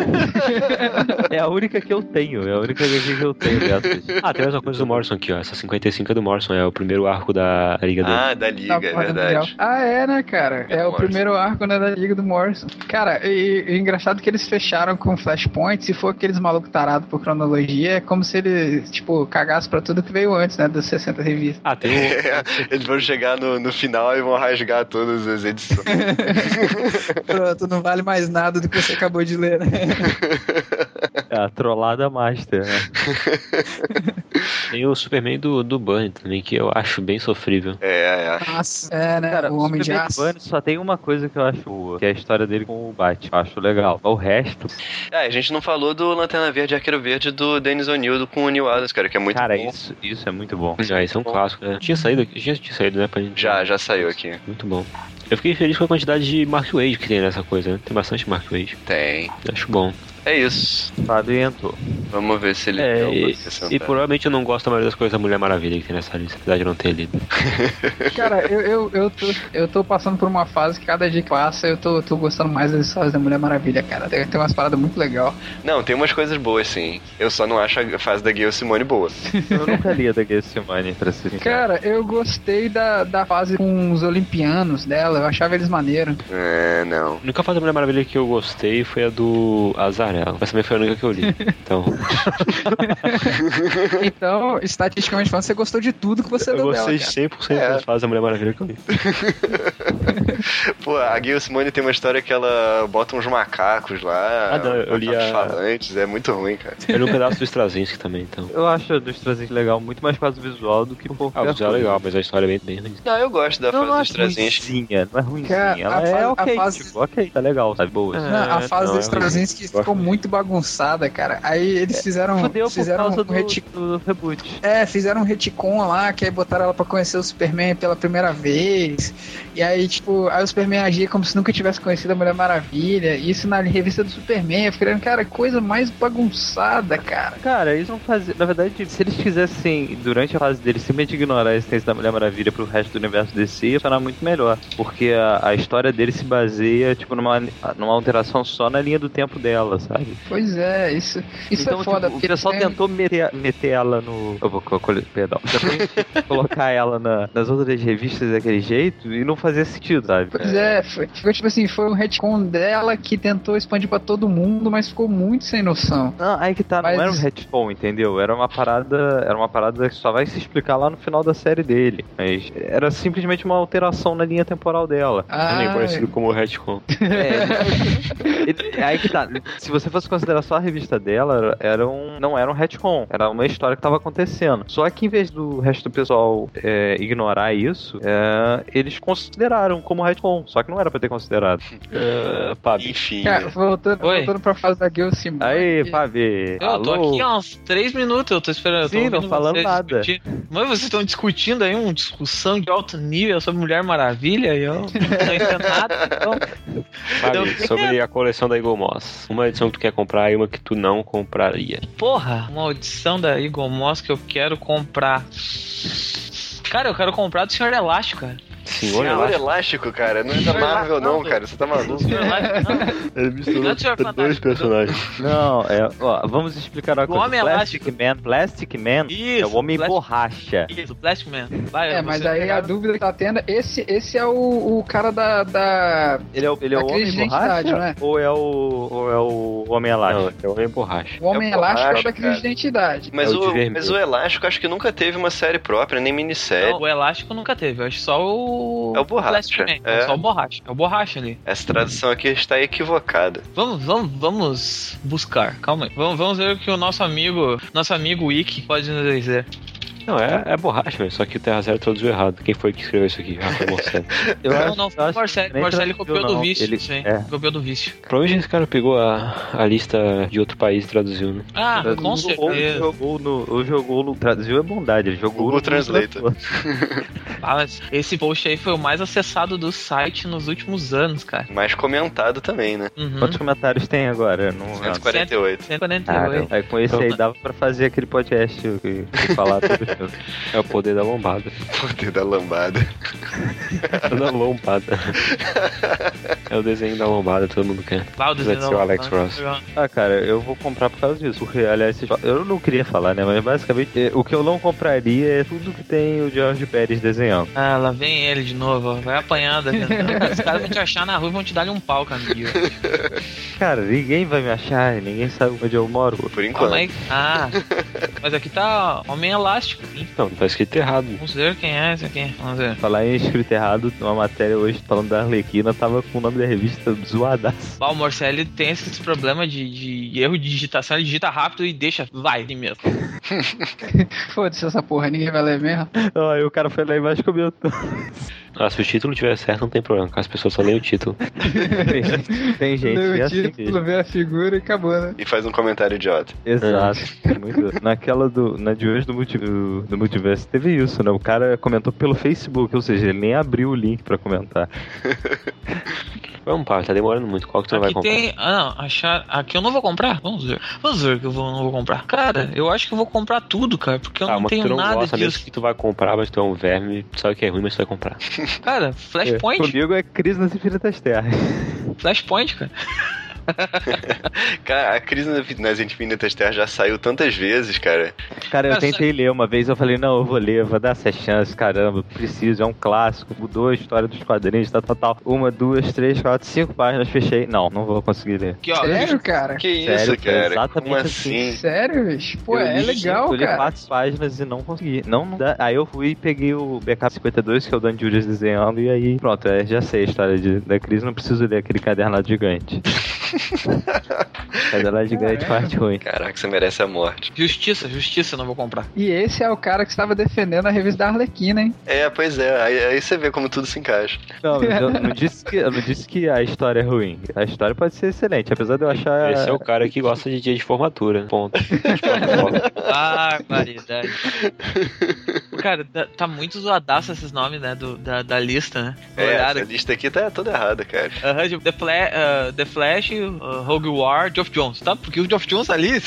É a única que eu tenho, é a única que eu tenho dessas. Ah, tem mais uma coisa do Morrison aqui, ó. Essa cinquenta e cinco é do Morrison, é o primeiro arco da Liga dele. Ah, da Da Liga, é Porta Mundial. verdade. Ah, é, né, cara? É, É o Morrison. primeiro arco, né, da Liga do Morrison. Cara, e, e engraçado que eles fecharam com Flashpoint. Se for aqueles malucos tarados por cronologia, é como se eles, tipo, cagassem pra tudo que veio antes, né, das sessenta revistas. Ah, tem o. É, eles vão chegar no, no final e vão rasgar todas as edições. Pronto, não vale mais nada do que você acabou de ler, né? É a trollada master, né? Tem o Superman do, do Bunny também, que eu acho bem sofrível. É, é. Nossa, é, né? Cara, o Homem de Superman Aço. Bunny só tem uma coisa que eu acho boa, que é a história dele com o Batman. Eu acho legal. O resto, Ah, a gente não falou do Lanterna Verde e Arqueiro Verde do Dennis O'Neil com o Neil Adams, cara, que é muito cara, bom. isso, isso é muito bom. Ah, isso é um clássico, né? Tinha saído aqui, tinha, tinha saído, né? Pra gente... Já, já saiu aqui. Muito bom. Eu fiquei feliz com a quantidade de Mark Wade que tem nessa coisa, né? Tem bastante Mark Wade. Tem. Acho bom. É isso. Fábio entrou. Vamos ver se ele É, deu pra e, acrescentar. e provavelmente eu não gosto da maioria das coisas da Mulher Maravilha que tem nessa lista, apesar de não ter lido. Cara, eu, eu, eu, tô, eu tô passando por uma fase que cada dia que passa eu tô, tô gostando mais das histórias da Mulher Maravilha, cara. Tem, tem umas paradas muito legais. Não, tem umas coisas boas, sim. Eu só não acho a fase da Gayle Simone boa. Eu nunca li a da Gay Simone, pra ser sincero. Cara, eu gostei da, da fase com os olimpianos dela, eu achava eles maneiros. É, não. A única fase da Mulher Maravilha que eu gostei foi a do Azarela. Mas também foi a única que eu li. Então, Então, estatisticamente falando, você gostou de tudo que você eu leu dela, gostei de cara. cem por cento É. das fases da Mulher Maravilha que eu li. Pô, a Gayle Simone tem uma história que ela bota uns macacos lá. Ah, não, eu li macacos a- falantes, é muito ruim, cara. Eu li um pedaço do Straczynski também, então. Eu acho do Straczynski legal muito mais por causa do visual do que por Ah, o visual é legal, mas a história é bem, bem ruim. Não, eu gosto da Não, não fase acho dos Straczynski. ruimzinha, não é ruimzinha. Cara, Ela a é fase- a ok, fase- tipo, ok, tá legal, sabe? Boa. É. Não, a fase não, do é Straczynski ruim. ficou muito bagunçada, cara. Aí eles fizeram, Fudeu por fizeram causa um do, reti- do reboot. É, fizeram um retcon lá, que aí botaram ela pra conhecer o Superman pela primeira vez. E aí, tipo, o, aí o Superman agia como se nunca tivesse conhecido a Mulher Maravilha. Isso na revista do Superman. Eu fiquei, cara, coisa mais bagunçada, cara. Cara, eles não fazem. Na verdade, se eles fizessem durante a fase deles simplesmente ignorar a existência da Mulher Maravilha pro resto do universo D C, ia funcionar muito melhor. Porque a, a história dele se baseia, tipo, numa, numa alteração só na linha do tempo dela, sabe? Pois é, isso, isso então, é foda. Tipo, o pessoal tem... tentou meter, meter ela no. Eu vou perdão. Colocar ela na, nas outras revistas daquele jeito e não fazia sentido, sabe? Pois é, foi, ficou tipo assim, foi um retcon dela que tentou expandir pra todo mundo, mas ficou muito sem noção. Não, aí que tá, mas... não era um retcon, entendeu? Era uma parada, era uma parada que só vai se explicar lá no final da série dele. Mas era simplesmente uma alteração na linha temporal dela. Ah, é nem conhecido como retcon. É, aí que tá, se você fosse considerar só a revista dela, era um, não era um retcon, era uma história que tava acontecendo. Só que em vez do resto do pessoal é, ignorar isso, é, eles consideraram como retcon, só que não era pra ter considerado. Uh, Pabi. Enfim. Cara, voltando, voltando pra fase da Gil Simone. Aí, Pabi. Eu alô? tô aqui há uns três minutos, eu tô esperando. Sim, eu tô não falando nada. Discutir. Mas vocês estão discutindo aí uma discussão de alto nível sobre Mulher Maravilha e eu não tô entendendo nada. Então... Pabi, então, sobre a coleção da Eagle Moss. Uma edição que tu quer comprar e uma que tu não compraria. Porra, uma edição da Eagle Moss que eu quero comprar. Cara, eu quero comprar do Senhor Elástico, cara. Senhor Elástico. Elástico, cara. Não é da Marvel, não, cara. Você tá maluco. Ele misturou dois personagens. Não, é. Ó, vamos explicar uma coisa. Homem Plastic Elástico. Man, Plastic Man Isso, é o Homem Plastic... Borracha. Isso, Plastic Man. Vai, é, mas aí a dúvida que tá tendo, esse, esse é o, o cara da, da... Ele é o, ele é o Homem Borracha? Né? Ou é o, ou é o Homem Elástico? Não, é o Homem Borracha. O Homem é Elástico borracha, é o da crise de identidade. Mas, é o, o, mas o Elástico acho que nunca teve uma série própria, nem minissérie. Não, o Elástico nunca teve, eu acho só o... É o Borracha. É. É. é só o Borracha. É o Borracha ali. Essa tradução aqui está equivocada. Vamos, vamos, vamos buscar. Calma aí. Vamos, vamos ver o que o nosso amigo, nosso amigo Wiki pode nos dizer. Não, é, é borracha, velho. Só que o Terra Zero traduziu errado. Quem foi que escreveu isso aqui? Rafael Morcelli. Eu não, não, foi o Marcelo. O Marcelo copiou do vício. Ele, sim, é. Copiou do vício. Provavelmente esse cara pegou a, a lista de outro país e traduziu, né? Ah, traduziu, com certeza. Jogou no, ou jogou no... Traduziu é bondade. Ele jogou Google no Translator. Ah, mas esse post aí foi o mais acessado do site nos últimos anos, cara. Mais comentado também, né? Uhum. Quantos comentários tem agora? No... cento e quarenta e oito. cento e quarenta e oito. Ah, aí com esse aí dava pra fazer aquele podcast que, que falar tudo. É o poder da lombada. Poder da lambada. Da lombada. É o desenho da lombada, todo mundo quer. Lá o desenho da o Alex Ross. Ah, cara, eu vou comprar por causa disso. Porque, aliás, eu não queria falar, né? Mas basicamente, o que eu não compraria é tudo que tem o George Pérez desenhando. Ah, lá vem ele de novo, ó. Vai apanhando. Os caras vão te achar na rua e vão te dar um pau, Camilo. Cara, ninguém vai me achar, ninguém sabe onde eu moro. Por enquanto. Ah, mas, ah, mas aqui tá Homem Elástico. Hein? Não, tá escrito errado. Vamos ver quem é esse aqui. Vamos ver. Falar em escrito errado, uma matéria hoje falando da Arlequina, tava com o nome da revista zoadaço. Ah, o Morcelli tem esse problema de, de erro de digitação, ele digita rápido e deixa, vai, ali mesmo. Foda-se essa porra, ninguém vai ler mesmo. Ó, aí o cara foi lá embaixo e comentou. Ah, se o título tiver certo, não tem problema, as pessoas só leem o título. tem, tem gente lê que o é assim título, vê a figura e acabou, né? E faz um comentário idiota. Exato. É. Muito... Naquela do. Na de hoje do, multi... do Multiverso teve isso, né? O cara comentou pelo Facebook, ou seja, ele nem abriu o link pra comentar. Vamos, pá, tá demorando muito. Qual que tu aqui vai comprar? Tem... Ah, não, achar... Aqui eu não vou comprar. Vamos ver. Vamos ver que eu vou... não vou comprar. Cara, eu acho que eu vou comprar tudo, cara, porque eu ah, não mas tenho tu não nada gosta disso. Mesmo que tu vai comprar, mas tu é um verme, tu sabe que é ruim, mas tu vai comprar. Cara, Flashpoint. É, comigo é Crise nas Infinitas Terras. Flashpoint, cara. Cara, a Crise nas Infinitas Terras já saiu tantas vezes, cara. Cara, eu tentei ler uma vez, eu falei, não, eu vou ler, vou dar essa chance, caramba, preciso, é um clássico, mudou a história dos quadrinhos, tal, tal, tal. Uma, duas, três, quatro, cinco páginas, fechei. Não, não vou conseguir ler. Aqui, ó, sério, cara? Que isso, sério, cara? Exatamente Como assim. assim? Sério, bicho? Pô, eu é li, legal, eu li cara. quatro páginas e não consegui. Não, não dá. Aí eu fui e peguei o Backup cinquenta e dois, que é o Dan Julius desenhando, e aí, pronto, é, já sei a história de, da Crise, não preciso ler aquele cadernado gigante. Cadernado gigante, parte ruim. Caraca, você merece a morte. Justiça, justiça, eu não vou comprar. E esse é o cara que estava defendendo a revista da Arlequina, hein? É, pois é, aí, aí você vê como tudo se encaixa. Não, eu não disse, que, eu não disse que a história é ruim. A história pode ser excelente, apesar de eu achar... Esse é o cara que gosta de dia de formatura. Ponto. Ah, variedade. Cara, tá, tá muito zoadaço esses nomes, né, do, da, da lista, né? É, Olhar essa lista aqui tá toda errada, cara. Uh, tipo, The, Fla uh, The Flash, uh, Rogue War, Geoff Jones, tá? Porque o Geoff Jones ali...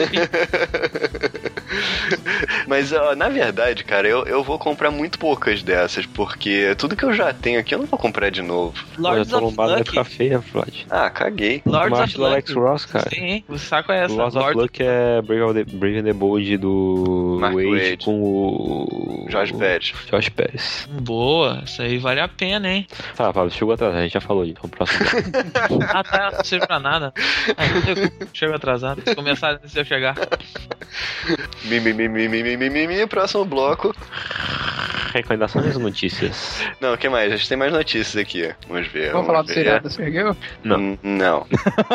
Mas, ó, na verdade, cara, eu, eu vou comprar muito poucas dessas, porque tudo que eu já tenho aqui eu não vou comprar de novo. Lords Essa of lombada vai Luck. ficar feia, Floyd. Ah, caguei. Lords Uma of do Alex Luck. Ross, cara. Sim, o saco é essa. Lords of Lords Luck é Brave, of the, Brave and the Bold do Mark Wade, Wade. com o... Jorge Pérez. Josh Pérez. Boa, isso aí vale a pena, hein? Tá, Pablo, chegou atrás, a gente já falou disso. Vamos pro próximo. Ah, tá, não serve pra nada. Ah, não tem culpa, chego atrasado. Se começar antes de eu chegar. Mimi, mimi, mimi, mimi, mimi, próximo bloco. Recomendações das notícias. Não, o que mais? A gente tem mais notícias aqui. Vamos ver. Vamos falar do ver. seriado da Sergueu? Não. Hum, Não.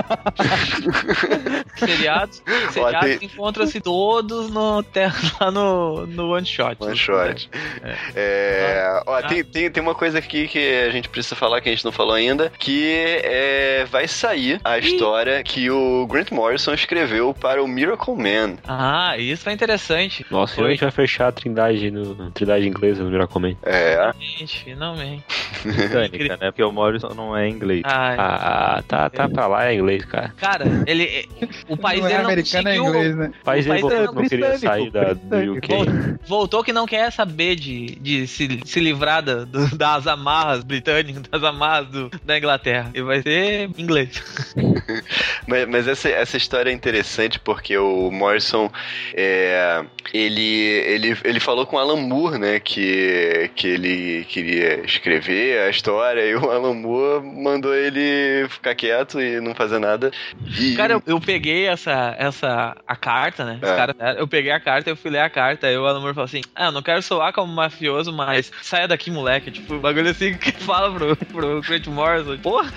Seriados, seriados tem- encontram-se todos no, lá no, no One Shot. One shot. É, ó, tem, tem, tem uma coisa aqui que a gente precisa falar, que a gente não falou ainda, que é, vai sair a história que o Grant Morrison escreveu para o Miracle Man. Ah, isso é interessante. Nossa, Foi. a gente vai fechar a trindade, no, a trindade inglesa no Miracle Man. É, Finalmente, finalmente. Britânica, né? Porque o Morrison não é inglês. Ai, Ah, tá, tá pra lá, é inglês, cara. cara, ele, o país não é dele não americano, é conseguiu... inglês, né? O país O dele país voltou, é não queria britânico, sair da, do U K. britânico. Voltou que não quer saber de, de se, se livrar da- do- das amarras britânicas, das amarras do- da Inglaterra. E vai ser inglês. mas, mas essa, essa história é interessante porque o Morrison, é, ele, ele, ele falou com o Alan Moore, né, que, que ele queria escrever a história, e o Alan Moore mandou ele ficar quieto e não fazer nada. E, Cara, eu, eu peguei essa, essa, a carta, né? Os É. cara- eu peguei a carta, eu fui ler a carta, aí o Alan Moore falou assim, ah, eu não quero soar como mafioso, mas saia daqui, moleque. Tipo, o bagulho assim que fala pro, pro Grant Morrison. Porra!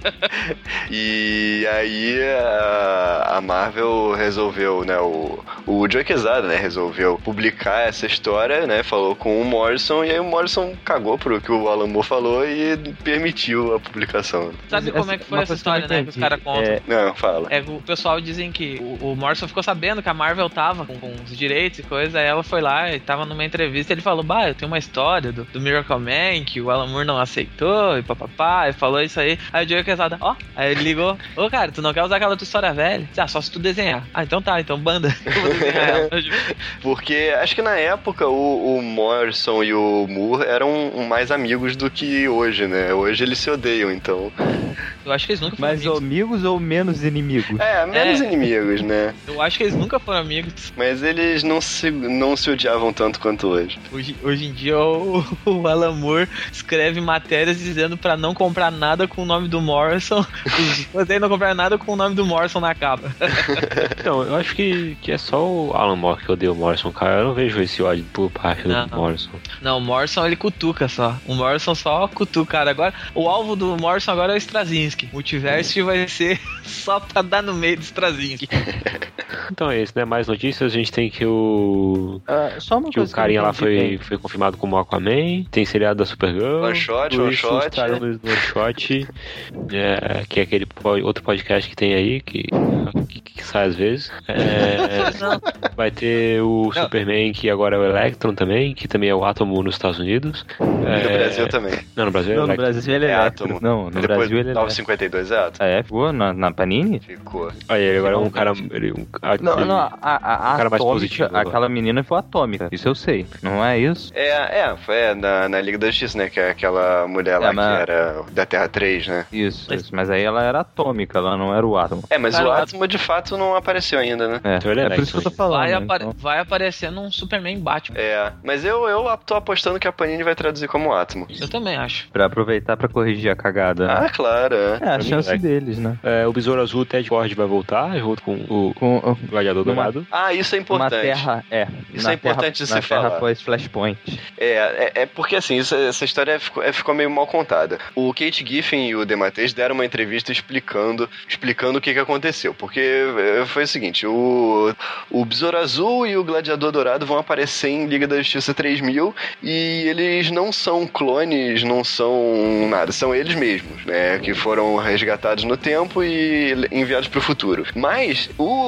e aí a, a Marvel resolveu, né, o, o Joe Quesada, né, resolveu publicar essa história, né, falou com o Morrison, e aí o Morrison cagou pro que o Alan Moore falou e permitiu a publicação. Sabe como é que foi Uma essa coisa que eu não história, né? Que os entendi, caras contam. é, Não, fala. É, o pessoal dizem que o, o Morrison ficou sabendo que a Marvel tava com, com os direitos e coisa, aí ela foi lá e tava numa entrevista e ele falou, bah, eu tenho uma história do, do Miracle Man que o Alan Moore não aceitou e papapá, e falou isso aí. Aí o Joey Quesada, ó, aí ele ligou, ô cara, tu não quer usar aquela tua história velha? Ah, só se tu desenhar. Ah, então tá, então banda, eu vou desenhar ela. Porque acho que na época o, o Morrison e o Moore eram mais amigos do que hoje, né? Hoje eles se odeiam, então. Eu acho que eles nunca foram Mais amigos. amigos ou menos inimigos? É, menos É. inimigos, né? Eu acho que eles nunca foram amigos. Mas eles não se, não se odiavam tanto quanto hoje. Hoje, hoje em dia o, o Alan Moore escreve matérias dizendo pra não comprar nada com o nome do Morrison. Os fãs dele não comprar nada com o nome do Morrison na capa. Então, eu acho que, que é só o Alan Moore que odeia o Morrison, cara. Eu não vejo esse ódio por parte Não. do Morrison. Não, o Morrison ele cutuca só. O Morrison só cutuca, cara. Agora, o alvo do Morrison agora é o Straczynski. O Multiverse vai ser só pra dar no meio do Straczynski. Então é isso, né? Mais notícias, a gente tem que o... Ah, só uma Que o coisa carinha eu não lá entendi foi, bem. foi confirmado como Aquaman. Tem seriado da Supergirl. One Shot, tudo One isso Shot. estarão no One Shot. É, que é aquele po- outro podcast que tem aí, que, que, que sai às vezes. É, Não. vai ter o Não. Superman, que agora é o Electron também, que também é o Átomo nos Estados Unidos. E no É, Brasil também. Não, no Brasil é Não, no Electron. Brasil ele é, É Electro. átomo. Não, no Depois Brasil ele é nove Electro. cinquenta e dois é átomo. Ah, é? Ficou na, na Panini? Ficou. Aí ele agora é um cara. Ele, um, Não, aquele- não, a, a, a cara mais atômica, positivo agora. aquela menina foi atômica, isso eu sei, não é isso? É, é, foi é, na, na Liga da Justiça, né? Que é aquela mulher lá É, mas- que era da Terra três, né? Isso, isso, mas aí ela era atômica, ela não era o átomo. É, mas Cara, o o átomo de fato não apareceu ainda, né? É, Então ele é é por isso que eu tô Electron. falando. Vai, né, apare- então. vai aparecer num Superman Batman. É, mas eu, eu tô apostando que a Panini vai traduzir como átomo. Eu também acho. Pra aproveitar pra corrigir a cagada. Ah, claro. é. é, a mim, chance é. deles, né? É, o Besouro Azul, o Ted Ford vai voltar, junto com o Com uh, Gladiador Numa- Dourado. Ah, isso é uma importante. terra, é. Isso na é importante terra, de na se terra falar. após Flashpoint. É, é, é porque assim, isso- essa história ficou, é, ficou meio mal contada. O Kate Giffen e o DeMatteis deram uma entrevista explicando, explicando o que, que aconteceu. Porque é, foi o seguinte, o, o Besouro Azul e o Gladiador Dourado vão aparecer em Liga da Justiça três mil e eles não são clones, não são nada, são eles mesmos, né? Que foram resgatados no tempo e enviados pro futuro. Mas o, esse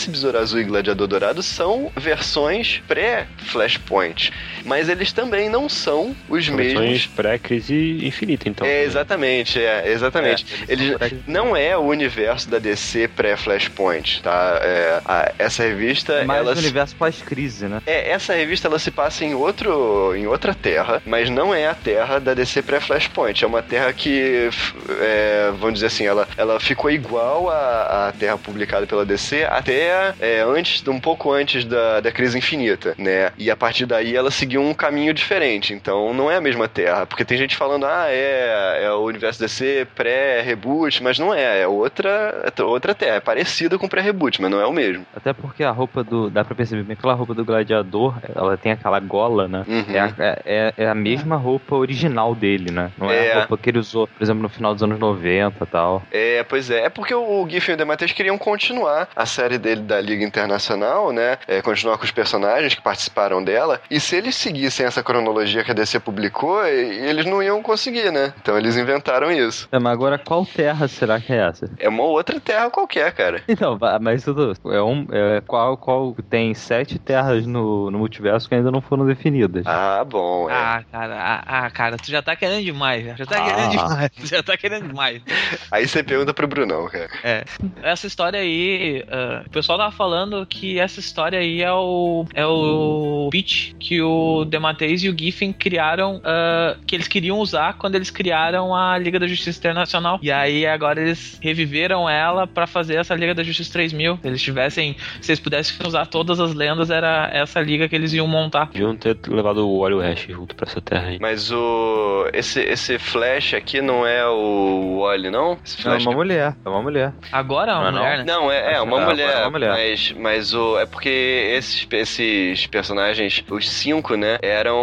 esse Besouro Azul e Gladiador Dourado são versões pré-Flashpoint, mas eles também não são os São mesmos... versões pré-crise infinita, então. É, exatamente, é, exatamente. É, eles Eles são não é o universo da D C pré-Flashpoint, tá? É, a- essa revista, Mais ela o se- universo pós-crise, né? é, essa revista ela se passa em outro, em outra terra, mas não é a terra da D C pré-Flashpoint. É uma terra que, f- é, vamos dizer assim, ela, ela ficou igual à, à terra publicada pela D C até é, antes, um pouco antes da, da crise infinita, né? E a partir daí ela seguiu um caminho diferente. Então não é a mesma terra, porque tem gente falando, ah, é, é o universo D C pré-reboot, mas não é, é outra, é outra terra, é parecida com pré-reboot, mas não é o mesmo. Até porque a roupa do... Dá pra perceber bem que aquela roupa do Gladiador, ela tem aquela gola, né? Uhum. É, a, é, é a mesma roupa original dele, né? Não é, É. a roupa que ele usou, por exemplo, no final dos anos noventa e tal. É, pois é. É porque o Giffen e o DeMatteis queriam continuar a série dele da Liga Internacional, né? É, continuar com os personagens que participaram dela. E se eles seguissem essa cronologia que a D C publicou, e- eles não iam conseguir, né? Então eles inventaram isso. É, mas agora qual terra será que é essa? É uma outra terra qualquer, cara. Então, va- mas tudo é um. É, qual, qual tem sete terras no, no multiverso que ainda não foram definidas. Ah, bom. É. Ah, cara, ah, ah, cara, tu já tá querendo demais, já, já tá Ah. querendo demais, tu já tá querendo demais. Aí você pergunta pro Brunão, cara. É. Essa história aí, ah, o pessoal tava falando que essa história aí é o é o pitch que o DeMatteis e o Giffen criaram, ah, que eles queriam usar quando eles criaram a Liga da Justiça Internacional. E aí agora eles reviveram ela pra fazer essa Liga da Justiça três mil. Se eles tivessem, se eles pudessem usar todas as lendas, era essa liga que eles iam montar. Deviam ter levado o Wally West junto pra essa terra aí. Mas o. Esse, esse Flash aqui não é o Wally, não? Esse É Flash uma mulher, é uma mulher. Agora é uma Não, mulher, né? Não, é, é Acho uma que mulher, é uma mulher. Mas, mas o, é porque esses, esses personagens, os cinco, né, eram,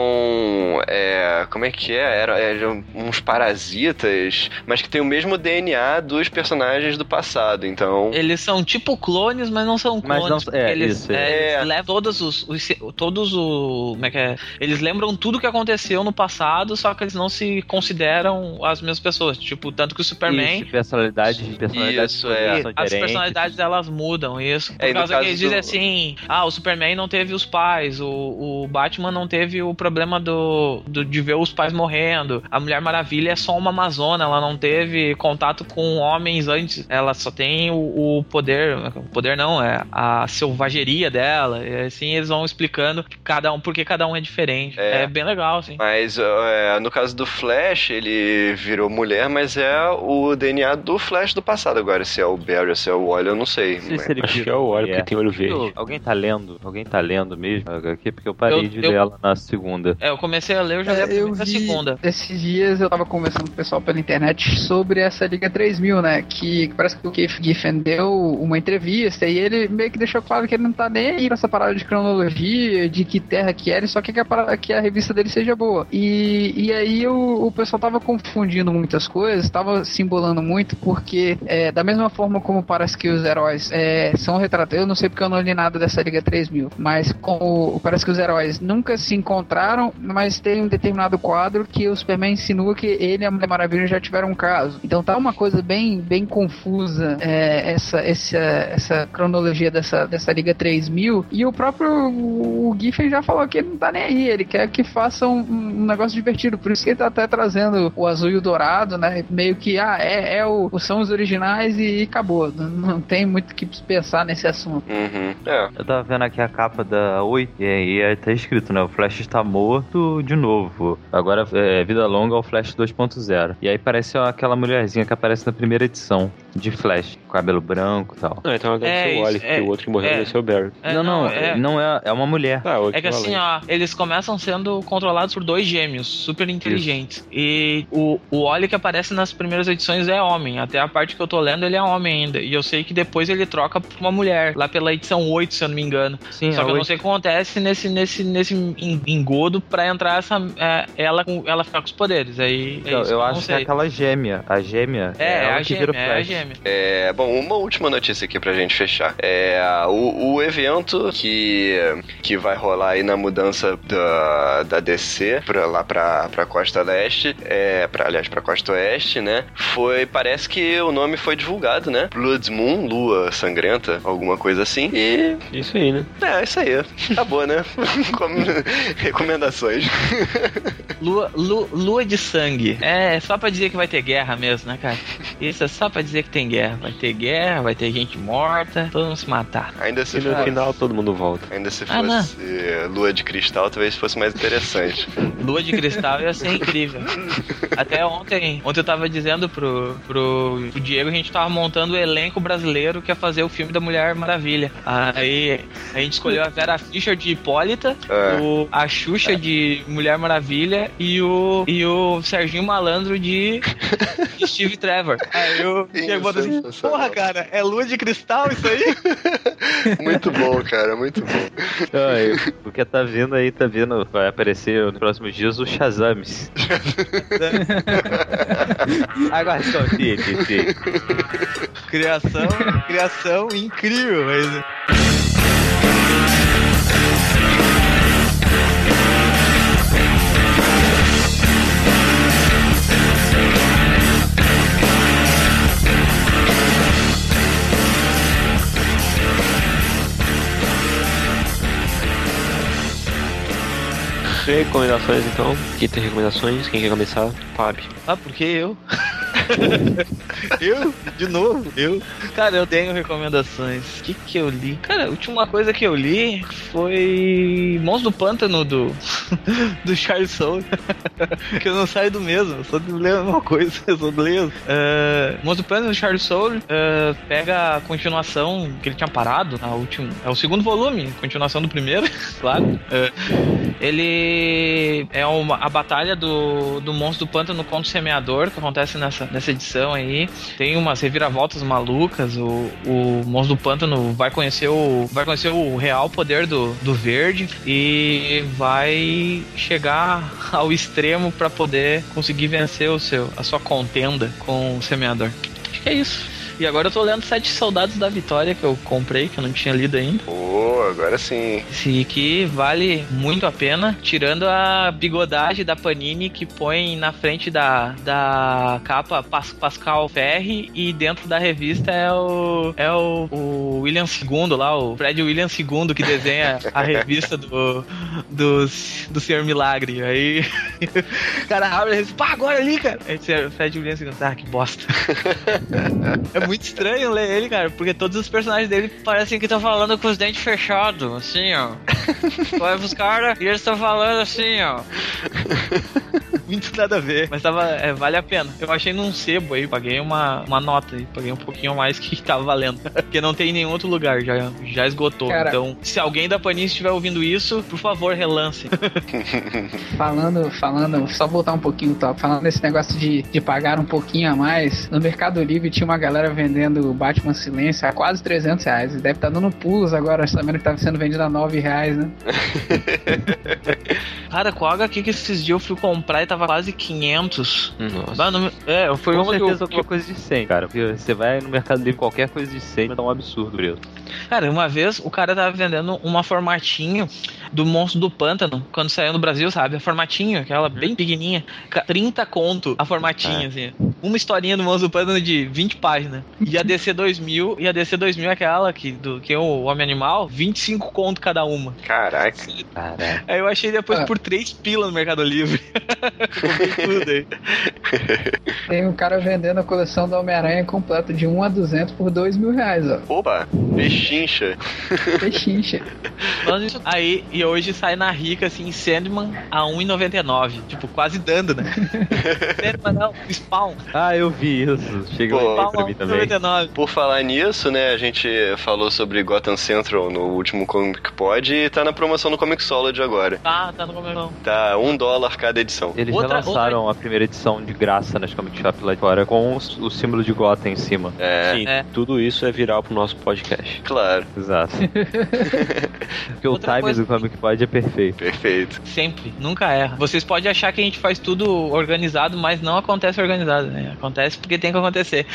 é, como é que é? Eram, eram uns parasitas, mas que tem o mesmo D N A dos personagens do passado, então... Eles são tipo clones, mas não são Mas clones. não- porque é, eles, isso, é, é. eles levam todos os, os todos o como é que é? Eles lembram tudo que aconteceu no passado, só que eles não se consideram as mesmas pessoas. Tipo, tanto que o Superman, Isso, personalidades, personalidades Isso, é. são as diferentes. personalidades delas mudam, isso. Por É, e no causa que caso eles dizem do- assim, ah, o Superman não teve os pais, o, o Batman não teve o problema do, do de ver os pais morrendo, a Mulher Maravilha é só uma amazona, ela não teve contato com homens antes, ela só tem o, o poder, o poder não, é a selvageria dela, e assim eles vão explicando cada um, porque cada um é diferente. É. É, bem legal, assim. Mas é, no caso do Flash, ele virou mulher, mas é o D N A do Flash do passado agora. Se é o Barry ou se é o Wally, eu não sei. Não sei Mas- se ele Acho que virou é o Wally, mulher. porque tem olho verde. Alguém tá lendo? Alguém tá lendo mesmo aqui? Porque eu parei Eu- de eu- ler ela na segunda. É, eu comecei a ler, eu já li a É, eu primeira vi, e a segunda. esses dias eu tava conversando com o pessoal pela internet sobre essa Liga três mil, né? Que, que parece que o Keith Giffen deu uma entrevista e ele meio que deixou claro que ele não tá nem aí pra essa parada de cronologia, de que terra que é, ele só quer que a, parada, que a revista dele seja boa. E, e aí o, o pessoal tava confundindo muitas coisas, tava se embolando muito, porque é, da mesma forma como parece que os heróis é, são retratados, eu não sei porque eu não li nada dessa Liga três mil, mas como parece que os heróis nunca se encontraram, mas tem um determinado quadro que o Superman insinua que ele e a Mulher Maravilha já tiveram um caso. Então tá uma coisa bem, bem confusa é, essa, essa, essa cronologia dessa, dessa Liga três mil, e o próprio o Giffen já falou que ele não tá nem aí, ele quer que faça um, um negócio divertido, por isso que ele tá até trazendo o azul e o dourado, né, meio que, ah, é, é o, são os originais e, e acabou, não, não tem muito o que pensar nesse assunto. Uhum. É. Eu tava vendo aqui a capa da Oi e aí é, tá escrito, né? O Flash está morto de novo. Agora é vida longa ao Flash dois ponto zero. E aí parece aquela mulherzinha que aparece na primeira edição de Flash, com cabelo branco e tal. Não, então deve É, ser o Wally, isso, porque é, o outro que morreu é. deve ser o Barry. É, não, não, é- não é, é uma mulher. Ah, o É que assim, ó, eles começam sendo controlados por dois gêmeos super inteligentes. E o, o Wally que aparece nas primeiras edições é homem. Até a parte que eu tô lendo, ele é homem ainda. E eu sei que depois ele troca por uma mulher, lá pela edição oito, se eu não me engano. Sim, Só a que eu Oi- não sei o que acontece nesse, nesse, nesse en- engodo pra entrar essa. é, ela, com- ela ficar com os poderes. Aí é eu, isso eu que acho não que é sei. aquela gêmea. A gêmea É, é ela a que gêmea, vira o é a Flash. gêmea. prêmio. É, bom, uma última notícia aqui pra gente fechar. É, o, o evento que, que vai rolar aí na mudança da, da D C pra, lá pra, pra Costa Leste, é, pra, aliás, pra Costa Oeste, né? Foi, parece que o nome foi divulgado, né? Blood Moon, Lua Sangrenta, alguma coisa assim. E... Isso aí, né? É, isso aí. Acabou, né? Como... Recomendações. Lua, lua, lua de sangue. É só pra dizer que vai ter guerra mesmo, né, cara? Isso é só pra dizer que tem guerra. Vai ter guerra, vai ter gente morta, todo mundo se matar. Ainda se E no fosse... final todo mundo volta. Ainda se Ah, fosse Lua de Cristal, talvez fosse mais interessante. Lua de Cristal ia ser incrível. Até ontem, ontem eu tava dizendo pro, pro, pro Diego, a gente tava montando o elenco brasileiro que ia fazer o filme da Mulher Maravilha. Aí a gente escolheu a Vera Fischer de Hipólita, É. o, a Xuxa de Mulher Maravilha e o, e o Serginho Malandro de, de Steve Trevor. Aí o Diego botou assim, porra, cara, é Lua de Cristal isso aí? Muito bom, cara, muito bom. Ai, porque tá vindo aí, tá vindo, vai aparecer nos próximos dias o Shazames. Agora só, sim, sim, sim. Criação, criação incrível, mas... Recomendações então. Quem tem recomendações? Quem quer começar? Fábio. Ah, porque eu? Eu? De novo? Eu? Cara, eu tenho recomendações. O que que eu li? Cara, a última coisa que eu li foi Monstro do Pântano do, do Charles Soule. Que eu não saio do mesmo, eu só leio a mesma coisa, eu só leio. Uh, Monstro do Pântano do Charles Soule uh, pega a continuação que ele tinha parado, a última, é o segundo volume, continuação do primeiro, claro. Uh, ele é uma, a batalha do, do Monstro do Pântano contra o Semeador, que acontece nessa, nessa edição aí. Tem umas reviravoltas malucas. O, o Monstro do Pântano vai conhecer o, vai conhecer o real poder do, do verde e vai chegar ao extremo para poder conseguir vencer o seu, a sua contenda com o Semeador. Acho que é isso. E agora eu tô lendo Sete Soldados da Vitória, que eu comprei, que eu não tinha lido ainda. Pô, agora sim. Sim, que vale muito a pena, tirando a bigodagem da Panini que põe na frente da, da capa Pas, Pascal Ferri e dentro da revista é o é o, o William segundo lá, o Fred William segundo que desenha a revista do do, do Senhor Milagre. Aí o cara abre e diz, pá, agora ali, cara. Aí o Fred William segundo, ah, que bosta. É muito estranho ler ele, cara, porque todos os personagens dele parecem que estão falando com os dentes fechados, assim, ó. Vai pros caras e eles estão falando assim, ó. Muito nada a ver, mas tava, é, vale a pena. Eu achei num sebo aí, paguei uma, uma nota aí, paguei um pouquinho mais que tava valendo. Porque não tem em nenhum outro lugar, já, já esgotou. Cara, então, se alguém da Panini estiver ouvindo isso, por favor, relance. Falando, falando, só voltar um pouquinho, tá? Falando desse negócio de, de pagar um pouquinho a mais, no Mercado Livre tinha uma galera vendendo Batman Silêncio a quase trezentos reais. Deve estar dando pulos agora, sabendo que tava sendo vendido a nove reais, né? Cara, qual H Q que esses dias eu fui comprar e tava quase quinhentos? Nossa. Ah, não, é, foi Com uma certeza que eu, alguma coisa de cem, cara. Porque você vai no Mercado Livre, qualquer coisa de cem vai dar um absurdo, preço. Cara, uma vez o cara tava vendendo uma formatinho do Monstro do Pântano, quando saiu no Brasil, sabe? A formatinho, aquela bem pequenininha. trinta conto a formatinha, é. assim. Uma historinha do Monstro do Pântano de vinte páginas. E a D C dois mil, e a D C dois mil é aquela que, do, que é o Homem Animal, vinte e cinco conto cada uma. Caraca. Caraca. Aí eu achei depois ah. por três pila no Mercado Livre. Tudo aí. Tem um cara vendendo a coleção do Homem-Aranha completa de um a duzentos por dois mil reais, ó. Opa, pechincha. Pechincha. Aí, e hoje sai na Rica, assim, Sandman a um real e noventa e nove. Tipo, quase dando, né? Sandman não, Spawn. Ah, eu vi isso. Chegou Pô, aí pra mim também. noventa e nove. Por falar nisso, né, a gente falou sobre Gotham Central no último Comic Pod e tá na promoção no Comixology agora. Tá, tá no começo. Tá um dólar cada edição. Eles Outra- relançaram outra- a primeira edição de graça nas Comic Shop lá de fora com o, o símbolo de Gotham em cima. É, Sim, É. tudo isso é viral pro nosso podcast. claro. Exato. Porque Outra o time coisa do Comic que pode é perfeito. Perfeito. Sempre, nunca erra. Vocês podem achar que a gente faz tudo organizado, mas não acontece organizado, né? Acontece porque tem que acontecer.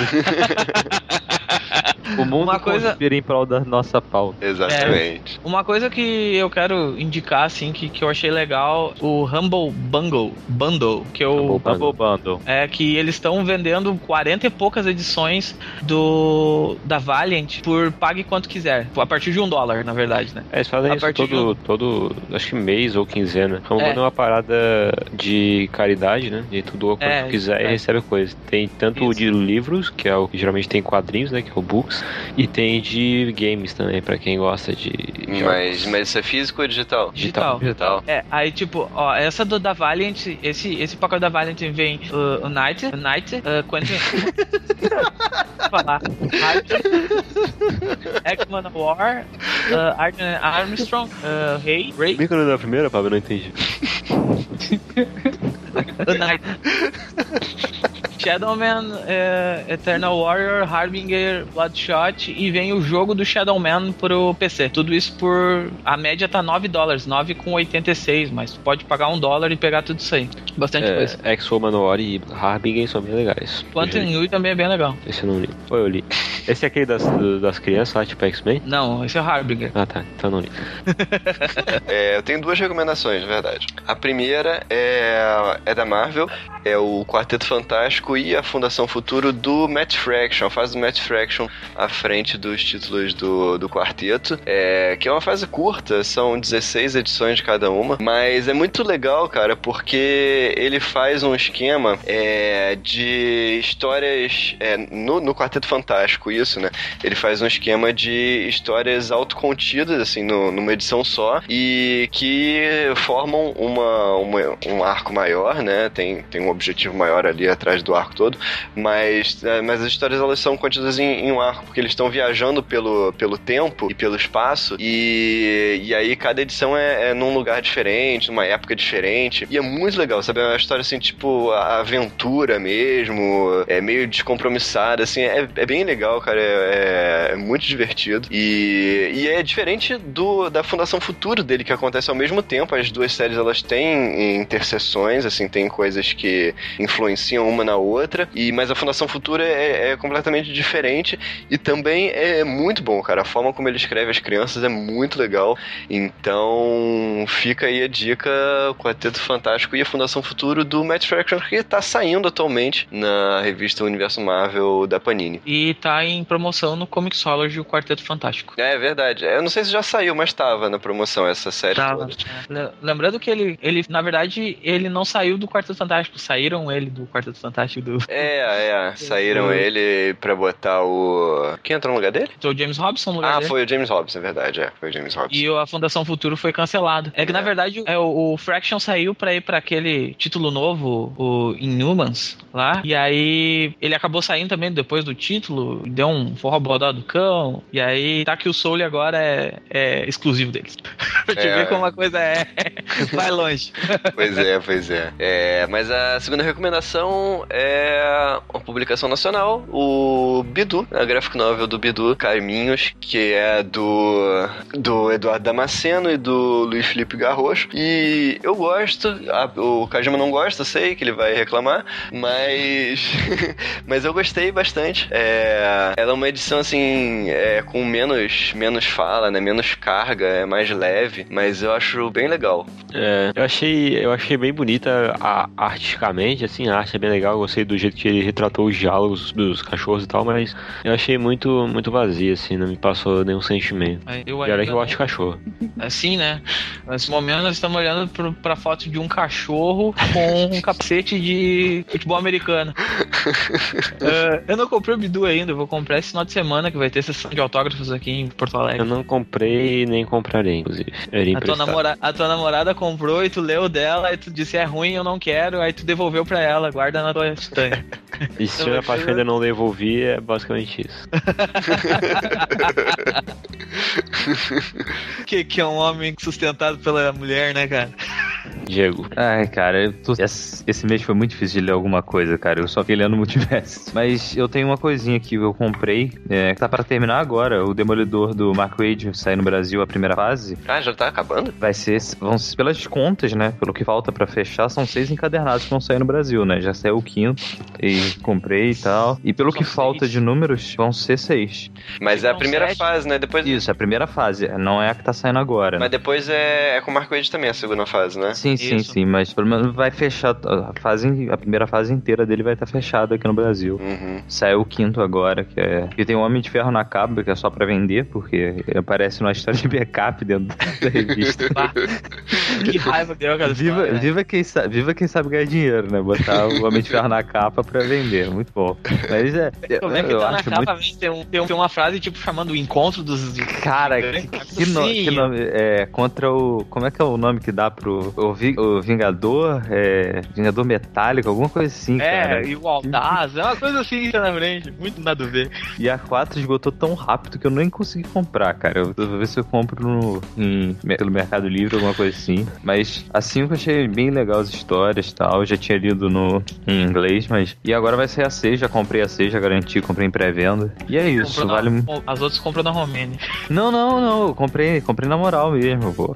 O mundo Uma coisa... conspira em prol da nossa pauta. Exatamente. É, uma coisa que eu quero indicar, assim, que, que eu achei legal, o Humble Bundle, Bundle que eu... Humble Bundle. Bundle. É que eles estão vendendo quarenta e poucas edições do da Valiant por pague quanto quiser. A partir de um dólar, na verdade, né? É, eles fazem a isso todo, de um... todo, acho que mês ou quinzena. Como é. é uma parada de caridade, né? De tu doa quanto É, tu quiser é. e recebe coisa. Tem tanto Isso. de livros, que é o que geralmente tem quadrinhos, né? Que é o Books. E tem de games também, pra quem gosta de Mas, mas isso é físico ou digital? Digital. Digital. É, aí tipo, ó, essa do da Valiant, esse, esse pacote da Valiant vem uh, o Knight, o Knight, uh, Quentin... falar. X-Men War, uh, Arthur Armstrong, uh, Ray, Ray. Bem que eu não da primeira, Pablo, eu não entendi. O Knight. Shadowman, uh, Eternal Warrior, Harbinger, Bloodshot e vem o jogo do Shadowman pro P C. Tudo isso por... A média tá nove dólares, nove com oitenta e seis, mas tu pode pagar um dólar e pegar tudo isso aí. Bastante é, coisa. X-Woman e Harbinger são bem legais. Quantum Nui também é bem legal. Esse eu não li. Ou eu li. Esse é aquele das, das crianças lá, tipo X-Men? Não, esse é o Harbinger. Ah, tá. Então não li. É, eu tenho duas recomendações, na verdade. A primeira é, é da Marvel, é o Quarteto Fantástico e a Fundação Futuro do Matt Fraction, a fase do Matt Fraction à frente dos títulos do, do quarteto, é, que é uma fase curta, são dezesseis edições de cada uma, mas é muito legal, cara, porque ele faz um esquema é, de histórias é, no, no Quarteto Fantástico, isso, né? Ele faz um esquema de histórias autocontidas, assim, no, numa edição só, e que formam uma, uma, um arco maior, né? Tem, tem um objetivo maior ali atrás do arco todo, mas, mas as histórias elas são contidas em, em um arco, porque eles estão viajando pelo, pelo tempo e pelo espaço, e, e aí cada edição é, é num lugar diferente, numa época diferente, e é muito legal, sabe? É uma história assim, tipo, a aventura mesmo, é meio descompromissada, assim, é, é bem legal, cara, é, é muito divertido, e, e é diferente do, da Fundação Futuro dele, que acontece ao mesmo tempo, as duas séries elas têm interseções, assim, tem coisas que influenciam uma na outra, e, mas a Fundação Futura é, é completamente diferente e também é muito bom, cara. A forma como ele escreve as crianças é muito legal. Então fica aí a dica, o Quarteto Fantástico e a Fundação Futuro do Matt Fraction, que tá saindo atualmente na revista Universo Marvel da Panini. E tá em promoção no Comixology, o Quarteto Fantástico. É, é verdade. Eu não sei se já saiu, mas tava na promoção essa série Tava. toda. É. Lembrando que ele, ele, na verdade, ele não saiu do Quarteto Fantástico, saíram ele do Quarteto Fantástico do... É, é, saíram ele pra botar o... Quem entrou no lugar dele? Entrou o James Robson no lugar Ah, dele. foi o James Robson, é verdade, é, foi o James Robson. E a Fundação Futuro foi cancelado. É que, É. na verdade, é, o, o Fraction saiu pra ir pra aquele título novo, o Inhumans, lá. E aí, ele acabou saindo também depois do título, deu um forró bodó do cão. E aí, tá que o Soul agora é, é exclusivo deles. pra te É. ver como a coisa é... vai longe. Pois é, pois é. é. Mas a segunda recomendação é uma publicação nacional, o Bidu, a graphic novel do Bidu, Caminhos, que é do, do Eduardo Damasceno e do Luiz Felipe Garrocho. E eu gosto, a, o Kajima não gosta, sei que ele vai reclamar, mas mas eu gostei bastante. É, ela é uma edição assim, é, com menos, menos fala, né, menos carga, é mais leve, mas eu acho bem legal. É, eu achei, eu achei bem bonita a, artisticamente, assim, a arte é bem legal, eu gostei do jeito que ele retratou os diálogos dos cachorros e tal, mas eu achei muito, muito vazio, assim, não me passou nenhum sentimento. Eu E olha que eu gosto de cachorro. Assim, né? Nesse momento nós estamos olhando pro, pra foto de um cachorro com um capacete de futebol americano. uh, eu não comprei o Bidu ainda, eu vou comprar esse final de semana que vai ter sessão de autógrafos aqui em Porto Alegre. Eu não comprei nem comprarei, inclusive. A tua, namora- a tua namorada comprou e tu leu dela e tu disse é ruim, eu não quero, aí tu devolveu pra ela, guarda na tua estante. E se a parte que eu ainda não devolvi, é basicamente isso. que, que é um homem sustentado pela mulher, né, cara? Diego. Ai, cara, eu tô... esse, esse mês foi muito difícil de ler alguma coisa, cara. Eu só fiquei lendo Multiverso. Mas eu tenho uma coisinha que eu comprei, é, que tá pra terminar agora. O Demolidor do Mark Waid sai no Brasil a primeira fase. Ah, já tá acabando? Vai ser, vão ser, pelas contas, né? Pelo que falta pra fechar, são seis encadernados que vão sair no Brasil, né? Já saiu o quinto e comprei e tal. E pelo São que falta seis. de números, vão ser seis. Mas é a São primeira sete. fase, né? Depois... Isso, é a primeira fase. Não é a que tá saindo agora. Mas depois é, é com o Mark Waid também, a segunda fase, né? Sim, sim, Isso. sim, mas pelo menos vai fechar a fase, a primeira fase inteira dele vai estar fechada aqui no Brasil. Uhum. Saiu o quinto agora, que é que tem um Homem de Ferro na capa, que é só pra vender, porque aparece numa história de backup dentro da revista. Bah, que raiva que deu aquela Viva, história, né? viva, quem sabe, viva quem sabe ganhar dinheiro, né? Botar o Homem de Ferro na capa pra vender, muito bom. Mas é, eu, Como é que eu tá na acho capa, muito... vem, tem, um, tem, um- tem uma frase tipo chamando o encontro dos... Cara, que, que, no- que nome, é, contra o... Como é que é o nome que dá pro... O, Vi- o Vingador, é, Vingador Metálico, alguma coisa assim, É, cara. e o Audaz, é uma coisa assim que tá na frente, muito nada a ver. E a quatro esgotou tão rápido que eu nem consegui comprar, cara. Eu vou ver se eu compro no, em, pelo Mercado Livre, alguma coisa assim. Mas a cinco eu achei bem legal as histórias e tal. Eu já tinha lido no, em inglês, mas... E agora vai ser a seis, já comprei a seis, já garanti, comprei em pré-venda. E é isso, Comprou vale... na- As outras compram na Romênia. Não, não, não. Eu comprei, comprei na moral mesmo, pô.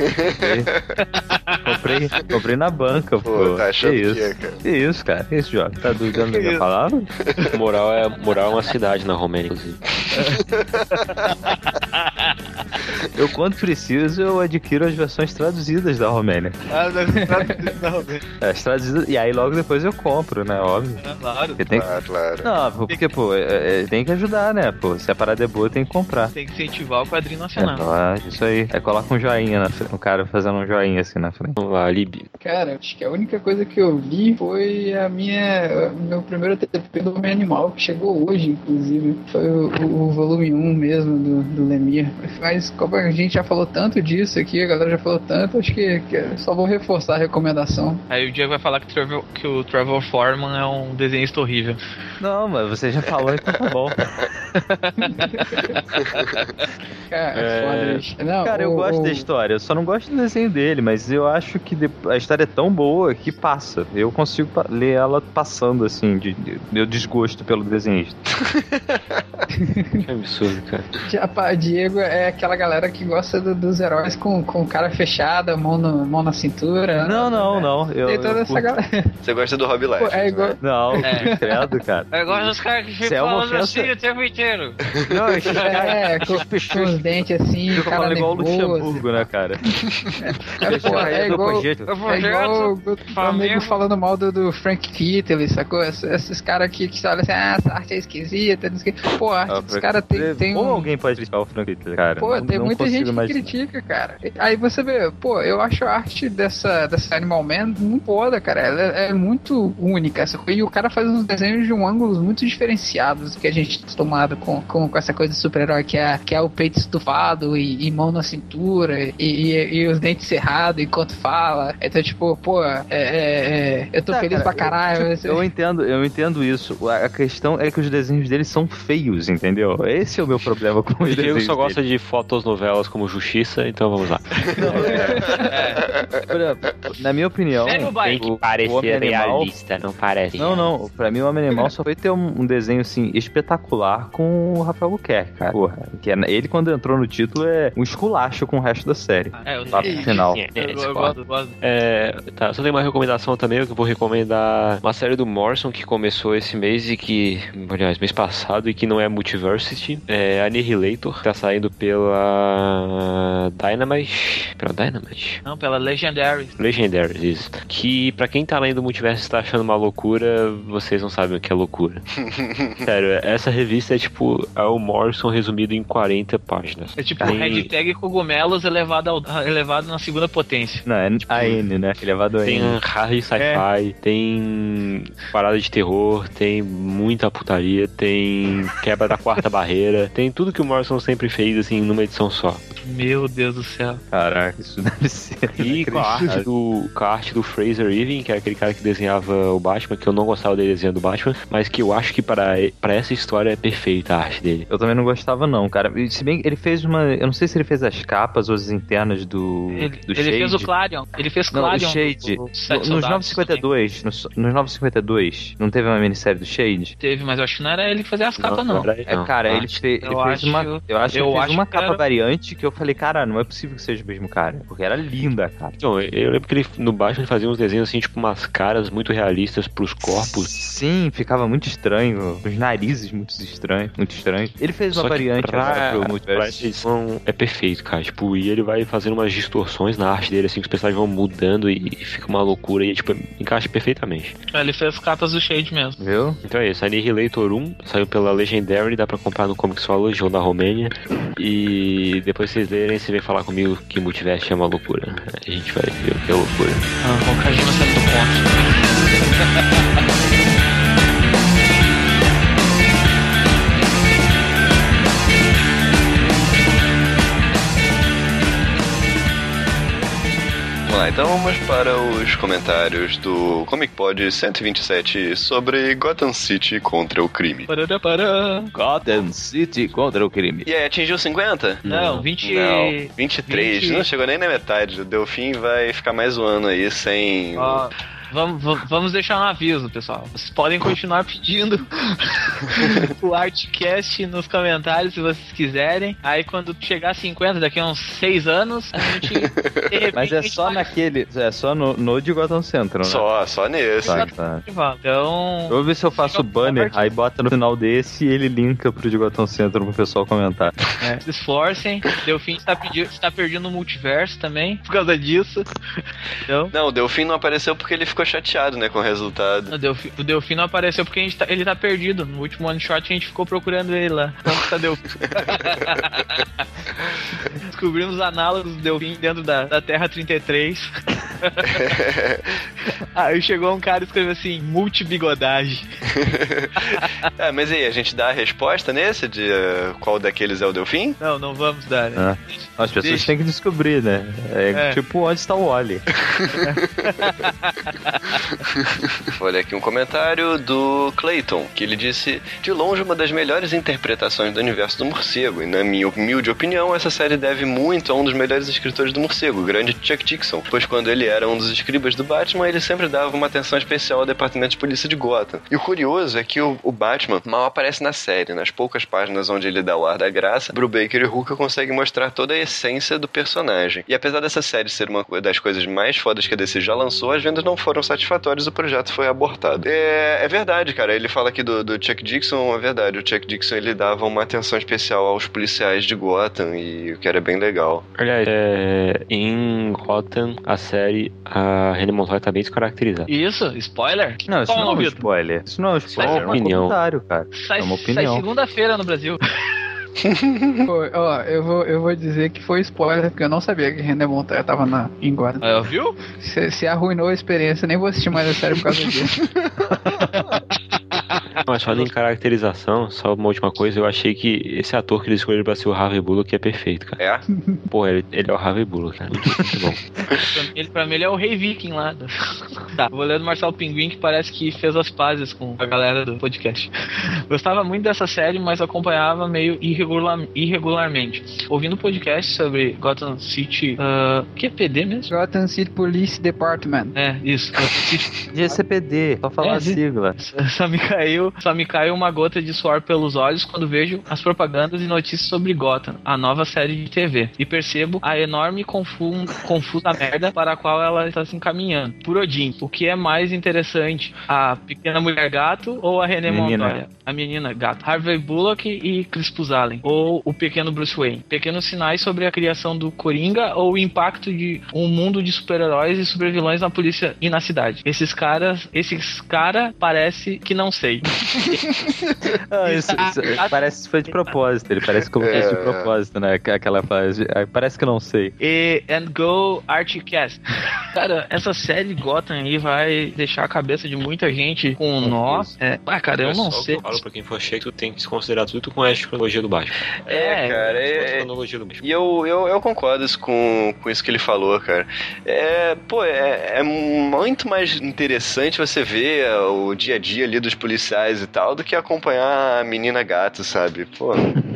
Comprei, comprei, comprei na banca, pô. Pô, tá achando que isso? que é, cara? Que isso, cara? Que isso, Jovem? Tá duvidando da minha palavra? Moral é, Moral é uma cidade na Romênia, inclusive. Eu, quando preciso, eu adquiro as versões traduzidas da Romênia. Ah, na Romênia, É, as traduzidas, e aí logo depois eu compro, né? Óbvio. claro. Porque tem que... Claro, claro. Não, pô, porque, pô, é, é, tem que ajudar, né? Pô, se a parada é boa, tem que comprar. Tem que incentivar o quadrinho É, nacional. ó, isso aí. É, coloca um joinha na frente. Um cara fazendo um joinha assim na frente. Vamos lá, Lib. Cara, acho que a única coisa que eu vi foi a minha, o meu primeiro T P do Homem Animal, que chegou hoje, inclusive. Foi o, o, o volume um mesmo do, do Lemire. Mas como a gente já falou tanto disso aqui, a galera já falou tanto, acho que, que eu só vou reforçar a recomendação. Aí o Diego vai falar que, o Trevor- que o Trevor Foreman é um desenhista horrível. Não, mas você já falou, então tá bom. Cara, É. foda isso. Não, Cara, eu o- gosto o- da história, eu só não gosto do desenho dele, mas eu acho que de- a história é tão boa que passa. Eu consigo pa- ler ela passando, assim, de, de meu desgosto pelo desenhista. Que absurdo, cara. Já, pá, Diego é aquela galera que gosta do- dos heróis com, com cara fechada, mão, no, mão na cintura. Não, não, não. Eu, Tem toda eu essa curto- galera. Você gosta do Rob Light, Pô, é igual. né? Não, É. credo, cara. Eu gosto dos caras que Isso ficam é uma falando ofensa. assim o tempo inteiro. Não, esses É, com, com os dentes assim, Fica cara falando igual o nervoso. Luxemburgo, né, cara? É, pô, é igual, jeito. Eu vou é igual direto, o Flamengo. amigo falando mal do, do Frank Kittle, sacou? Esses, esses caras aqui que olham assim, ah, essa arte é esquisita, não sei o que. Pô, a arte Ah, dos caras tem, tem Como um... alguém pode criticar o Frank Hitler, cara? Pô, Não- tem não muita consigo gente que imaginar. critica, cara. Aí você vê, pô, eu acho a arte dessa, dessa Animal Man muito foda, cara. Ela é, é muito única, sacou? E o cara faz uns desenhos de um ângulos muito diferenciados do que a gente tá acostumado com, com, com essa coisa de super-herói, que é, que é o peito estufado e, e mão na cintura e, e, e os dentes cerrados enquanto fala. Então, tipo, pô, é, é, é, eu tô Tá, feliz cara, pra caralho. Eu, Você- eu entendo, eu entendo isso. A a questão é que os desenhos deles são feios, entendeu? Esse é o meu problema com O os Diego desenhos só gosta dele. de fotos novelas como Justiça, então vamos lá. Por exemplo, na minha opinião, Sério, Tem Bike? que o parecer Homem Animal- realista, não parece. Não, não. Pra mim, o Homem Animal só foi ter um, um desenho, assim, espetacular com o Rafael Buquerque, cara. Porra. Que é, ele, quando entrou no título, é um esculacho com o resto da série. É, eu, Lá pro final. É, eu, é, eu, eu discordo. gosto, gosto. É, tá, só tem uma recomendação também, que eu vou recomendar uma série do Morrison que começou esse mês e que, aliás, mês passado, e que não é Multiversity, é Annihilator, tá saindo pela Dynamite, pela Dynamite? Não, pela Legendary. Legendaries, isso. Que pra quem tá lendo Multiverso e tá achando uma loucura, vocês não sabem o que é loucura. Sério, essa revista é tipo, é o Morrison resumido em quarenta páginas. É tipo Tem- hashtag cogumelos elevado, ao, elevado na segunda potência. Não, é a N, né? Elevado a Tem N. hard sci-fi, tem parada de terror, tem muita putaria, tem quebra da quarta barreira, tem tudo que o Morrison sempre fez, assim, numa edição só. Meu Deus do céu. Caraca, isso deve ser. E com a arte, do, com a arte do Fraser Irving, que era aquele cara que desenhava o Batman, que eu não gostava dele desenhando o Batman, mas que eu acho que para, para essa história é perfeita a arte dele. Eu também não gostava não, cara. Se bem que ele fez uma... Eu não sei se ele fez as capas ou as internas do, Ele, do ele Shade. fez o Clarion. Ele fez Não, Clarion. o Shade. do- do No- Sete nos Soldados novecentos e cinquenta e dois, nos, nos novecentos e cinquenta e dois, não teve uma minissérie do Shade? Teve, mas eu acho que não era ele que fazia as capas, não. era ele, É, não. cara, Ah, ele, fe- ele eu fez acho- uma. Eu acho que eu ele fez acho uma que capa era- variante que eu falei, cara, não é possível que seja o mesmo cara. Porque era linda, cara. Então, eu lembro que ele, no Batman ele fazia uns desenhos assim, tipo umas caras muito realistas pros corpos. Sim, ficava muito estranho. Os narizes muito estranhos. Muito estranhos. Ele fez uma Só que variante pra, agora pro pra essa multiverso. edição é perfeito, cara. Tipo, e ele vai fazendo umas distorções na arte dele, assim, que os personagens vão mudando e, e fica uma loucura e, tipo, encaixa perfeitamente. Ele fez capas do Shade mesmo. Viu? Então é isso, Annihilator um saiu pela Legendary, dá pra comprar no Comixology ou na Romênia. E depois vocês lerem, você vem falar comigo que Multiverso é uma loucura. A gente vai ver o que é loucura. Ah, o Kajima saiu do ponto. Vamos lá, então vamos para os comentários do Comic Pod cento e vinte e sete sobre Gotham City contra o crime. Parará, pará. Gotham City contra o crime. E aí, atingiu cinquenta? Não, vinte... Não, vinte e três, vinte não chegou nem na metade. O Delfim vai ficar mais um ano aí sem... Ó, vamos, vamos- vamos deixar um aviso, pessoal. Vocês podem continuar pedindo o Artcast nos comentários se vocês quiserem. Aí quando chegar a cinquenta, daqui a uns seis anos, a gente... de repente, Mas é a gente só vai- naquele. É só no, no de Gotham Central, né? Só, só nesse. Tá, tá. Então... Eu vou ver se eu faço o banner, aí bota no final desse e ele linka pro de Gotham Central pro pessoal comentar. É, se esforcem. Delfim está, pedi- está perdendo o multiverso também, por causa disso. Então... Não, o Delfim não apareceu porque ele ficou chateado, né, com o resultado. O Delfim, o Delfim não apareceu porque a gente tá- ele tá perdido. No último one shot a gente ficou procurando ele lá. Onde tá Delfim? Descobrimos análogos do Delfim dentro da, da Terra trinta e três. Aí chegou um cara e escreveu assim: multibigodagem. É, mas e aí, a gente dá a resposta nesse de uh, qual daqueles é o Delfim? Não, não vamos dar, né? Ah. As pessoas Deixa. têm que descobrir, né? É, É. tipo onde está o Wally. Olha aqui um comentário do Clayton, que ele disse: de longe uma das melhores interpretações do universo do morcego, e na minha humilde opinião, essa série deve muito a um dos melhores escritores do morcego, o grande Chuck Dixon, pois quando ele era um dos escribas do Batman, ele sempre dava uma atenção especial ao departamento de polícia de Gotham. E o curioso é que o, o Batman mal aparece na série, nas poucas páginas onde ele dá o ar da graça, Brubaker e Hooker conseguem mostrar toda a essência do personagem. E apesar dessa série ser uma das coisas mais fodas que a D C já lançou, as vendas não foram satisfatórias, o projeto foi abortado. É, é verdade, cara, ele fala aqui do, do Chuck Dixon, é verdade, o Chuck Dixon ele dava uma atenção especial aos policiais de Gotham, e o que era bem legal. Aliás, é, em Gotham, a série, a René Montoya tá bem descaracterizada. Isso, spoiler? Não, isso Qual não é um Vitor? spoiler. Isso não é um spoiler, é uma um opinião. comentário, cara. Sai, É uma sai opinião. segunda-feira no Brasil. Pô, ó, eu vou, eu vou dizer que foi spoiler, porque eu não sabia que René Montoya tava na, em Gotham. Ah, viu? Se, se arruinou a experiência, nem vou assistir mais a série por causa disso. Mas falando em caracterização, só uma última coisa, eu achei que esse ator que eles escolheram pra ser o Harvey Bullock é perfeito, cara. É? Pô, ele, ele é o Harvey Bullock, cara. Muito, muito bom. Pra mim, ele, pra mim ele é o rei viking lá. do- Tá, vou ler do Marcelo Pinguim, que parece que fez as pazes com a galera do podcast. Gostava muito dessa série, mas acompanhava meio irregular, irregularmente. Ouvindo podcast sobre Gotham City... Uh, que é P D mesmo? Gotham City Police Department. É, isso. Gotham City. G C P D, só falar É, a sigla. Só me caiu, só me caiu uma gota de suor pelos olhos quando vejo as propagandas e notícias sobre Gotham, a nova série de T V, e percebo a enorme confun- confusa merda para a qual ela está se encaminhando. Por Odin, o que é mais interessante, a pequena mulher gato ou a René Menina. Montoya? A menina gato. Harvey Bullock e Crispus Allen, ou o pequeno Bruce Wayne. Pequenos sinais sobre a criação do Coringa ou o impacto de um mundo de super-heróis e supervilões na polícia e na cidade. Esses caras, esses cara parece que não sei. sei. Ah, isso, isso, parece que foi de propósito. Ele parece que colocou isso de propósito, né? Aquela frase. Parece que eu não sei. E and go Archcast. Cara, essa série Gotham aí vai deixar a cabeça de muita gente com um nó. É, ah, cara, eu não sei. Eu falo pra quem for cheio, tu tem que se considerar tudo com a cronologia do Batman. É, cara. É, cronologia do Batman. E eu, eu, eu concordo com, com isso que ele falou, cara. É, pô, é, é muito mais interessante você ver o dia a dia ali dos policiais e tal do que acompanhar a menina gato, sabe? Pô.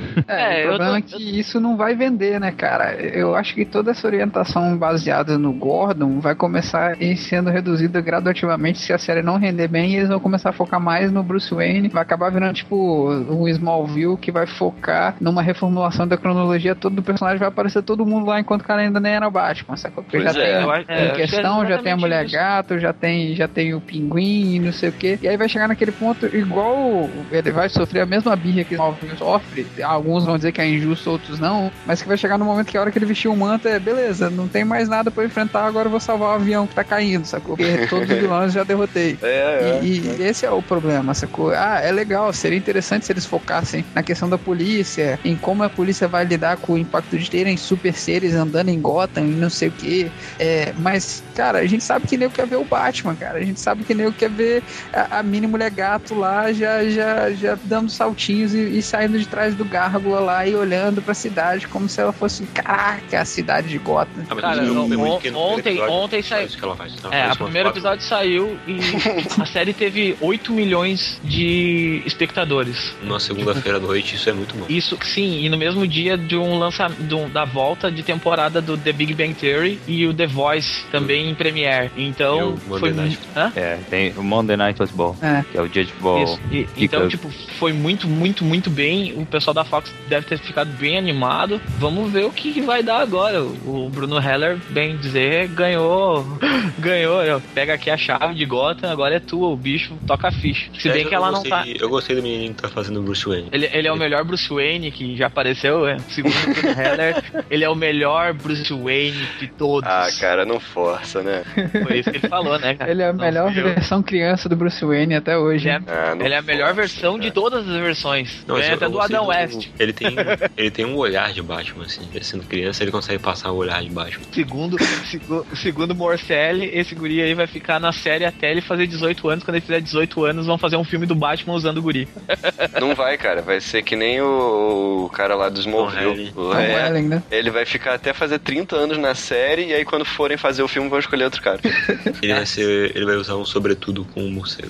É, é, o problema tô... é que isso não vai vender, né, cara? Eu acho que toda essa orientação baseada no Gordon vai começar a ir sendo reduzida gradativamente se a série não render bem e eles vão começar a focar mais no Bruce Wayne. Vai acabar virando, tipo, um Smallville que vai focar numa reformulação da cronologia toda do personagem. Vai aparecer todo mundo lá enquanto o cara ainda nem era Batman, sacou? Porque já é, tem, tem é, questão, é já tem a Mulher isso. Gato, já tem, já tem o Pinguim, não sei o que. E aí vai chegar naquele ponto, igual ele vai sofrer a mesma birra que o Smallville sofre. Alguns vão dizer que é injusto, outros não. Mas que vai chegar no momento que a hora que ele vestir o manto é, beleza, não tem mais nada pra eu enfrentar, agora eu vou salvar o avião que tá caindo, sacou? Porque todos os vilões já derrotei. É, é, e, e é. esse é o problema, sacou? Ah, é legal, seria interessante se eles focassem na questão da polícia, em como a polícia vai lidar com o impacto de terem super seres andando em Gotham e não sei o que. É, mas, cara, a gente sabe que nem eu quer ver o Batman, cara. A gente sabe que nem eu quer ver a, a mini mulher gato lá já, já, já dando saltinhos e, e saindo de trás do gárgula lá e olhando pra cidade como se ela fosse, caraca, a cidade de Gotham. Ah, cara, não, on, ontem, ontem saiu. Então, é, o primeiro episódio saiu e a série teve oito milhões de espectadores. Numa segunda-feira à noite, isso é muito bom. Isso, sim, e no mesmo dia de um lançamento da volta de temporada do The Big Bang Theory e o The Voice também em Premiere. Então, foi muito. É, tem o Monday Night Football, é. que é o dia de futebol. Isso. E, então, tipo, foi muito, muito, muito bem. O pessoal da Fox deve ter ficado bem animado. Vamos ver o que vai dar agora. O Bruno Heller, bem dizer, ganhou. Ganhou. Pega aqui a chave de Gotham, agora é tua, o bicho toca a ficha. Se bem é, que ela gostei, não tá. Eu gostei do menininho que tá fazendo o Bruce Wayne. Ele, ele é o melhor Bruce Wayne que já apareceu, é. Segundo o Bruno Heller, ele é o melhor Bruce Wayne de todos. Ah, cara, não força, né? Foi isso que ele falou, né, cara? Ele é a não, melhor versão criança do Bruce Wayne até hoje. Ele é, ah, ele é a melhor força, versão cara. de todas as versões. Não, é até do Adam West. Ele tem, ele tem um olhar de Batman, assim. Ele sendo criança, ele consegue passar o olhar de Batman. Segundo, segundo, segundo Morcelli, esse guri aí vai ficar na série até ele fazer dezoito anos. Quando ele fizer dezoito anos, vão fazer um filme do Batman usando o guri. Não vai, cara. Vai ser que nem o, o cara lá do Smallville. O é, Welling, né? Ele vai ficar até fazer trinta anos na série e aí quando forem fazer o filme vão escolher outro cara. Ele vai, ser, ele vai usar um sobretudo com um morcego.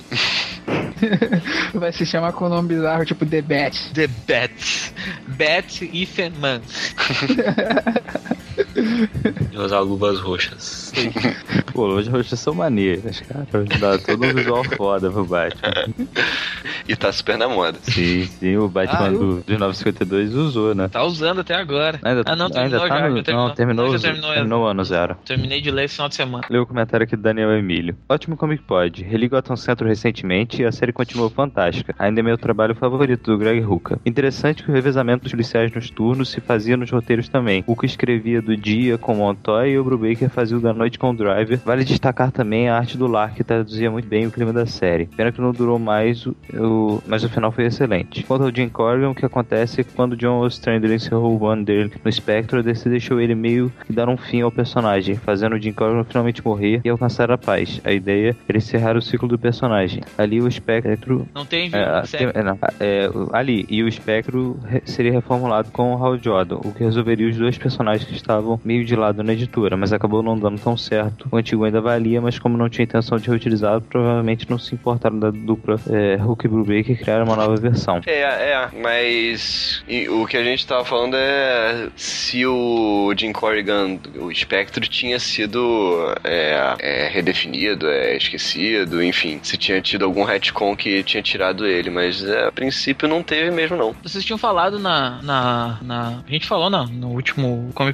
Vai se chamar com um nome bizarro, tipo The Bat. The Bat. Bat Ethan Man. E usar luvas roxas. Pô, luvas roxas são maneiras, cara. Dá todo um visual foda pro Batman. E tá super na moda. Sim, sim, o Batman ah, eu... do, do mil novecentos e cinquenta e dois usou, né? Tá usando até agora. Ainda, ah, não, terminou ainda tá já, no, já terminou. Não, terminou, não, já terminou, terminou o ano zero. Terminei de ler esse final de semana. Leu o comentário aqui do Daniel Emílio. Ótimo Comic Pod. Reli Gotham Centro recentemente e a série continuou fantástica. Ainda é meu trabalho favorito do Greg Rucka. Interessante que o revezamento dos policiais nos turnos se fazia nos roteiros também. O que escrevia do dia com Montoya e o Brubaker fazia o da noite com o Driver. Vale destacar também a arte do Lar, que traduzia muito bem o clima da série. Pena que não durou mais, o, o, mas o final foi excelente. Quanto ao Jim Corrigan, o que acontece é que quando John Ostrander encerrou o one dele no Spectre, a D C deixou ele meio que dar um fim ao personagem, fazendo o Jim Corrigan finalmente morrer e alcançar a paz. A ideia era encerrar o ciclo do personagem. Ali o Spectre... Não tem é, tem, não, é, ali, e o Spectre seria reformulado com o Hal Jordan, o que resolveria os dois personagens que estavam meio de lado na editora, mas acabou não dando tão certo. O antigo ainda valia, mas como não tinha intenção de reutilizá-lo, provavelmente não se importaram da dupla é, Hulk e Brubaker e criaram uma nova versão. É, é, mas e, o que a gente tava falando é se o Jim Corrigan, o Spectre, tinha sido é, é, redefinido, é, esquecido, enfim, se tinha tido algum retcon que tinha tirado ele, mas é, a princípio não teve mesmo, não. Vocês tinham falado na... na, na a gente falou na, no último Comic Pod da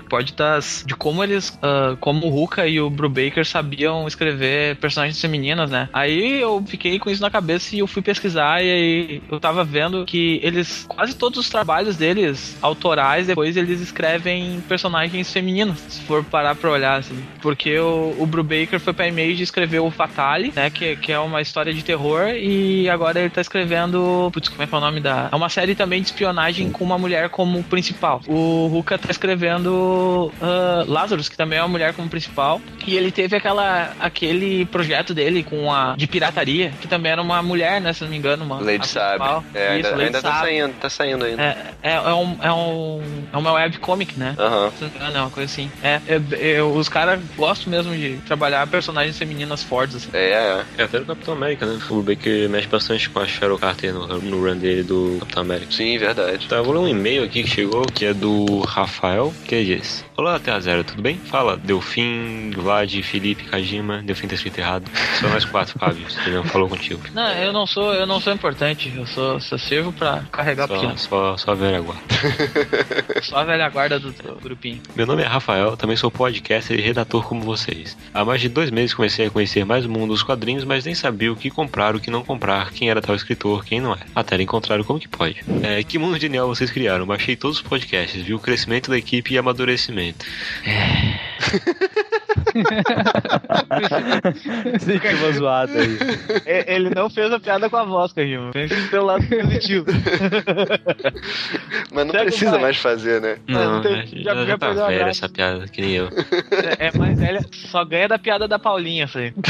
das de como eles, uh, como o Ruka e o Brubaker sabiam escrever personagens femininas, né? Aí eu fiquei com isso na cabeça e eu fui pesquisar e aí eu tava vendo que eles, quase todos os trabalhos deles, autorais, depois eles escrevem personagens femininos, se for parar pra olhar, assim. Porque o, o Brubaker foi pra Image e escreveu o Fatale, né? Que, que é uma história de terror e agora ele tá escrevendo... Putz, como é que é o nome da... É uma série também de espionagem com uma mulher como principal. O Ruka tá escrevendo uh, Lazarus, que também é uma mulher como principal. E ele teve aquela, aquele projeto dele com a, de pirataria, que também era uma mulher, né? Se não me engano, uma... Lady Sabe. É, Isso, ainda, Lady ainda tá Sabe. saindo, tá saindo ainda. É, é, é, um, é, um, é uma webcomic, né? Aham. Se não me engano, é uma coisa assim. É, eu, eu, os caras gostam mesmo de trabalhar personagens femininas fortes, assim. É, é. É até no Capitão América, né? O Baker mexe bastante com a Cheryl Carter no, no run dele do Capitão América. Sim, verdade. Tá, vou ler um e-mail aqui que chegou, que é do Rafael, que ele diz: Olá, Terra Zero, tudo bem? Fala, Delfim, Vlad, Felipe, Kajima. Delfim tá escrito errado. São nós quatro, Fábio. Ele não falou contigo. Não, eu não sou, eu não sou importante. Eu sou, só sirvo pra carregar Só, pequeno. só, só a velha guarda. Só a velha guarda do, do grupinho. Meu nome é Rafael, também sou podcaster e redator como vocês. Há mais de dois meses comecei a conhecer mais o mundo dos quadrinhos, mas nem sabia o que comprar, o que não comprar, quem era tal escritor, quem não é. Até encontrar como que pode. É, que mundo genial vocês criaram. Baixei todos os podcasts, vi o crescimento da equipe e amadurecimento. Senti uma zoada aí. Ele não fez a piada com a voz, Kajima. Fez pelo lado positivo. Mas não Segue precisa mais. mais fazer, né? Não, não tem- né, já- já, já já tá perdeu a velha graça. essa piada, que nem eu. É, é mais velha, só ganha da piada da Paulinha, isso aí.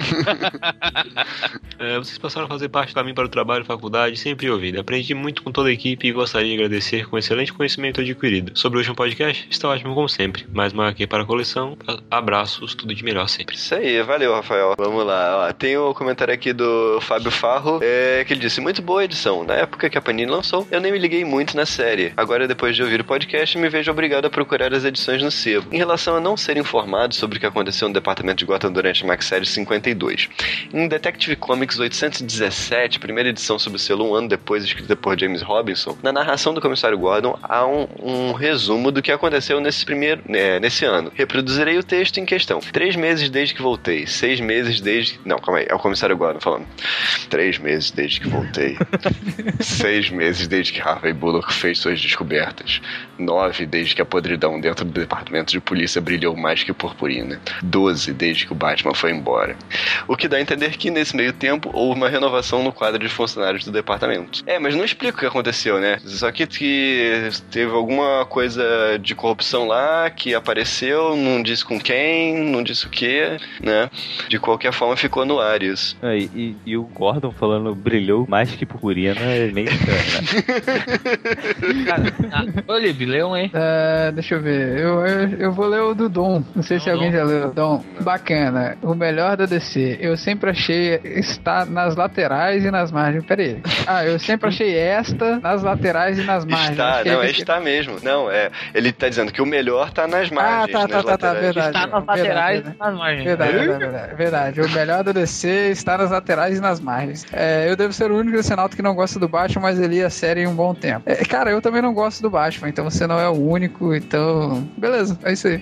É, vocês passaram a fazer parte do caminho para o trabalho e faculdade, sempre ouvido. Aprendi muito com toda a equipe e gostaria de agradecer com o excelente conhecimento adquirido. Sobre o último podcast, está ótimo como sempre. Mais uma aqui para a coleção. Abraços, tudo de melhor sempre. Isso aí, valeu, Rafael. Vamos lá. Ó, tem o comentário aqui do Fábio Farro, é, que ele disse: muito boa edição. Na época que a Panini lançou, eu nem me liguei muito na série. Agora, depois de ouvir o podcast, me vejo obrigado a procurar as edições no sebo. Em relação a não ser informado sobre o que aconteceu no departamento de Gotham durante a Max Series cinquenta e dois. Em Detective Comics oitocentos e dezessete, primeira edição sob o selo um ano depois, escrita por James Robinson, na narração do comissário Gordon há um, um resumo do que aconteceu nesse primeiro é, nesse ano. Reproduzirei o texto em questão. Três meses desde que voltei. Seis meses desde... Não, calma aí. É o comissário Gordon falando. Três meses desde que voltei. Seis meses desde que Harvey Bullock fez suas descobertas. Nove desde que a podridão dentro do departamento de polícia brilhou mais que purpurina. Doze desde que o Batman foi embora. O que dá a entender que, nesse meio tempo, houve uma renovação no quadro de funcionários do departamento. É, mas não explica o que aconteceu, né? Só que, que teve alguma coisa de corrupção lá, que apareceu, não disse com quem, não disse o que, né? De qualquer forma, ficou no ar isso. É, E, e, e o Gordon falando brilhou mais que purpurina é meio estranho, né? Cara, ah, ô, Lib, lê um aí. É, deixa eu ver. Eu, eu, eu vou ler o do Dom. Não sei Não, se alguém Dom. já leu. Dom, bacana. O melhor da D C. Eu sempre achei está nas laterais e nas margens. Pera aí. Ah, eu sempre achei esta nas laterais e nas margens. Está, Acho que não, é esse- está mesmo. Não, é. Ele tá dizendo que o melhor tá nas Ah, margens, tá, tá, nas tá, tá, laterais. verdade. Está nas verdade, laterais verdade. e nas margens. Verdade, verdade, verdade, verdade. O melhor do D C está nas laterais e nas margens. É, eu devo ser o único decenalto que não gosta do Batman, mas eu li a série em um bom tempo. É, cara, eu também não gosto do Batman, então você não é o único, então... Beleza, é isso aí.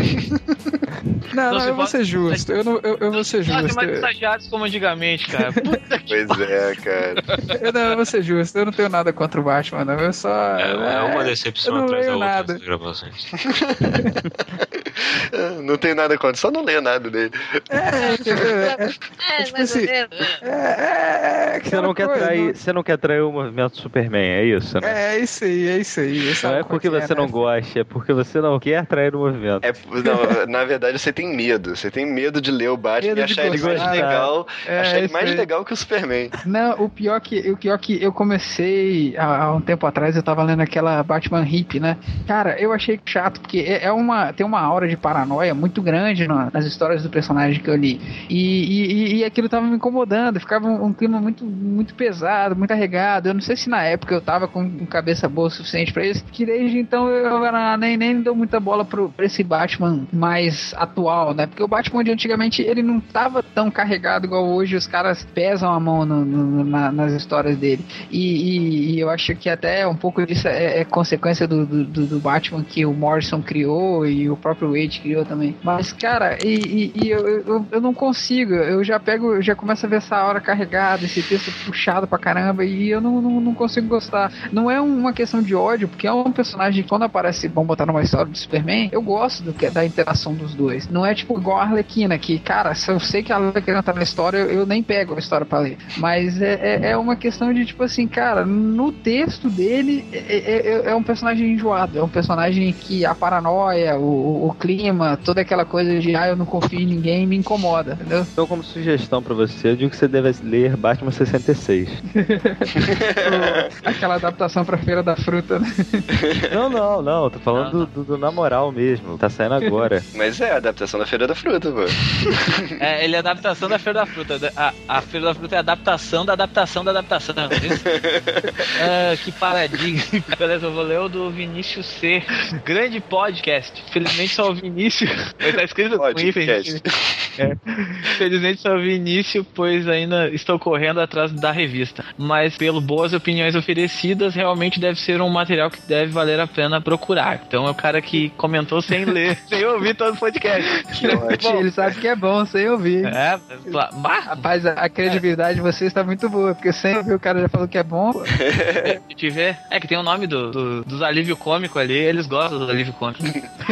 não, Então não, você eu vou pode- ser justo. Eu, não, eu, eu vou ser Não tem justo. mais estagiários como antigamente, cara. Puta que Pois é, cara. Eu, não, eu vou ser justo. Eu não tenho nada contra o Batman, não. Eu só... É, é uma eu decepção não atrás da leio outra nada. essas gravações. Não tem nada contra, só não lê nada dele. É, entendeu? É, É, tipo mais ou assim, menos. é, é, é Você aquela não, quer coisa, trair, não- você não quer trair o movimento Superman, é isso, né? É isso aí, é isso aí. Não Sabe é qual porque que é, você né? não gosta, é porque você não quer trair o movimento. É, não, na verdade, você tem medo. Você tem medo de ler o Batman Medo e de achar ele mais gostar. legal. É, achar ele isso mais aí. legal que o Superman. Não, o pior que, o pior que eu comecei há, há um tempo atrás, eu tava lendo aquela Batman Hip, né? Cara, eu achei chato, porque é, é uma, tem uma aura de paranoia paranoia muito grande no, nas histórias do personagem que eu li. E, e, e aquilo tava me incomodando, ficava um, um clima muito, muito pesado, muito carregado. Eu não sei se na época eu tava com, com cabeça boa o suficiente pra isso, que desde então eu, eu nem, nem dou muita bola pro, pra esse Batman mais atual, né? Porque o Batman de antigamente, ele não tava tão carregado igual hoje, os caras pesam a mão no, no, na, nas histórias dele. E, e, e eu acho que até um pouco disso é, é consequência do, do, do Batman que o Morrison criou e o próprio Wade criou também. Mas, cara, e, e, e eu, eu, eu não consigo, eu já pego, eu já começo a ver essa hora carregada, esse texto puxado pra caramba, e eu não, não, não consigo gostar. Não é uma questão de ódio, porque é um personagem que quando aparece, vamos botar numa história do Superman, eu gosto do, da interação dos dois. Não é tipo igual a Arlequina, que, cara, se eu sei que a Arlequina tá na história, eu, eu nem pego a história pra ler. Mas é, é, é uma questão de, tipo assim, cara, no texto dele é, é, é um personagem enjoado, é um personagem que a paranoia, o, o clima, toda aquela coisa de ah, eu não confio em ninguém, me incomoda, entendeu? Então, como sugestão pra você, eu digo que você deve ler Batman sessenta e seis. Aquela adaptação pra Feira da Fruta, né? Não, não, não, tô falando Não, não. Do, do, do na moral mesmo, tá saindo agora. Mas é a adaptação da Feira da Fruta, pô. É, ele é a adaptação da Feira da Fruta. A, a Feira da Fruta é a adaptação da adaptação da adaptação. Não é isso? Ah, que paradigma. Beleza, eu vou ler o do Vinícius C. Grande podcast. Felizmente só o Vinícius. Mas tá escrito com Podcast. é. Felizmente só o Vinícius, pois ainda estou correndo atrás da revista. Mas pelo boas opiniões oferecidas, realmente deve ser um material que deve valer a pena procurar. Então é o cara que comentou sem ler, sem ouvir todo o podcast. Que ótimo. Ele sabe que é bom sem ouvir. É, mas... Rapaz, a, a credibilidade de vocês está muito boa, porque sem ouvir o cara já falou que é bom. Pô. É, te ver. É que tem o nome do, do, dos alívio cômico ali, eles gostam do alívio cômico.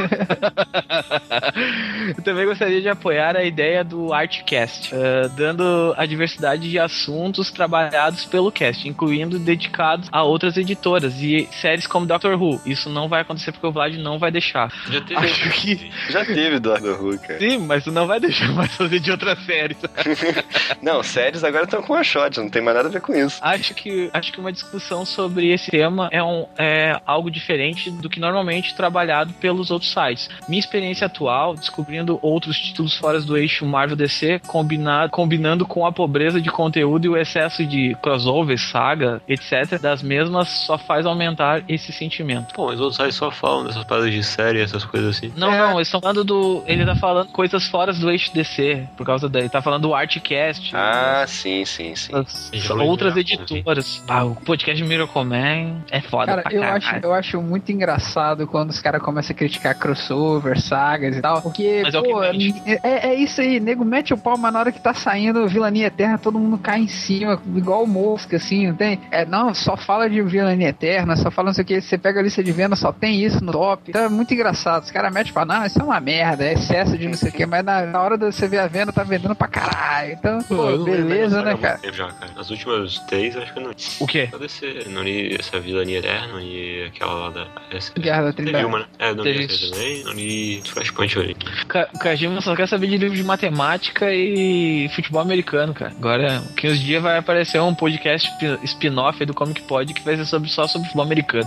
Eu também gostaria de apoiar a ideia do Artcast, uh, dando a diversidade de assuntos trabalhados pelo cast, incluindo dedicados a outras editoras e séries como Doctor Who. Isso não vai acontecer porque o Vlad não vai deixar. Já teve. Acho que... Já teve Doctor Who, cara. Sim, mas tu não vai deixar mais fazer de outras séries. Não, séries agora estão com a shot, não tem mais nada a ver com isso. Acho que, acho que uma discussão sobre esse tema é, um, é algo diferente do que normalmente trabalhado pelos outros sites. Minha experiência atual, descobrindo outros títulos fora do eixo Marvel D C, combinado, combinando com a pobreza de conteúdo e o excesso de crossover, saga, etcétera, das mesmas, só faz aumentar esse sentimento. Pô, mas os outros sites só falam dessas paradas de série, essas coisas assim. Não, É. não, eles estão falando do... Ele tá falando coisas fora do eixo D C, por causa daí. Tá falando do Artcast. Ah, sim, sim, sim. as Já outras lembro, editoras. Ah, o podcast Miracle Man é foda Cara, pra eu caralho. acho, eu acho muito engraçado quando os caras começam a criticar crossover, sagas e tal. Porque, Mas é o que pô, vende. é, é isso aí, nego mete o pau, mas na hora que tá saindo Vilania Eterna, todo mundo cai em cima, igual mosca, assim, não tem? É, não, só fala de Vilania Eterna, só fala não sei o que, você pega a lista de venda, só tem isso no top. Então é muito engraçado. Os caras metem e falam, não, isso é uma merda, é excesso de não sei o que, mas na, na hora de você ver a venda, tá vendendo pra caralho. Então, Pô, pô, eu não lembro beleza, dessa né, saga há cara? muito tempo já, cara. As últimas três, eu acho que eu não. O quê? Pode ser. Não li essa Vilania Eterna e aquela lá da. Essa, Guerra da teve Trindade. uma, né? É, não li Teve essa isso. também. Não li Flashpoint, eu li. Ka- Kajima só quer saber de livros de matemática e futebol americano, cara. Agora, que uns dias vai aparecer um podcast spi- spin-off aí do Comic Pod que vai ser sobre, só sobre futebol americano.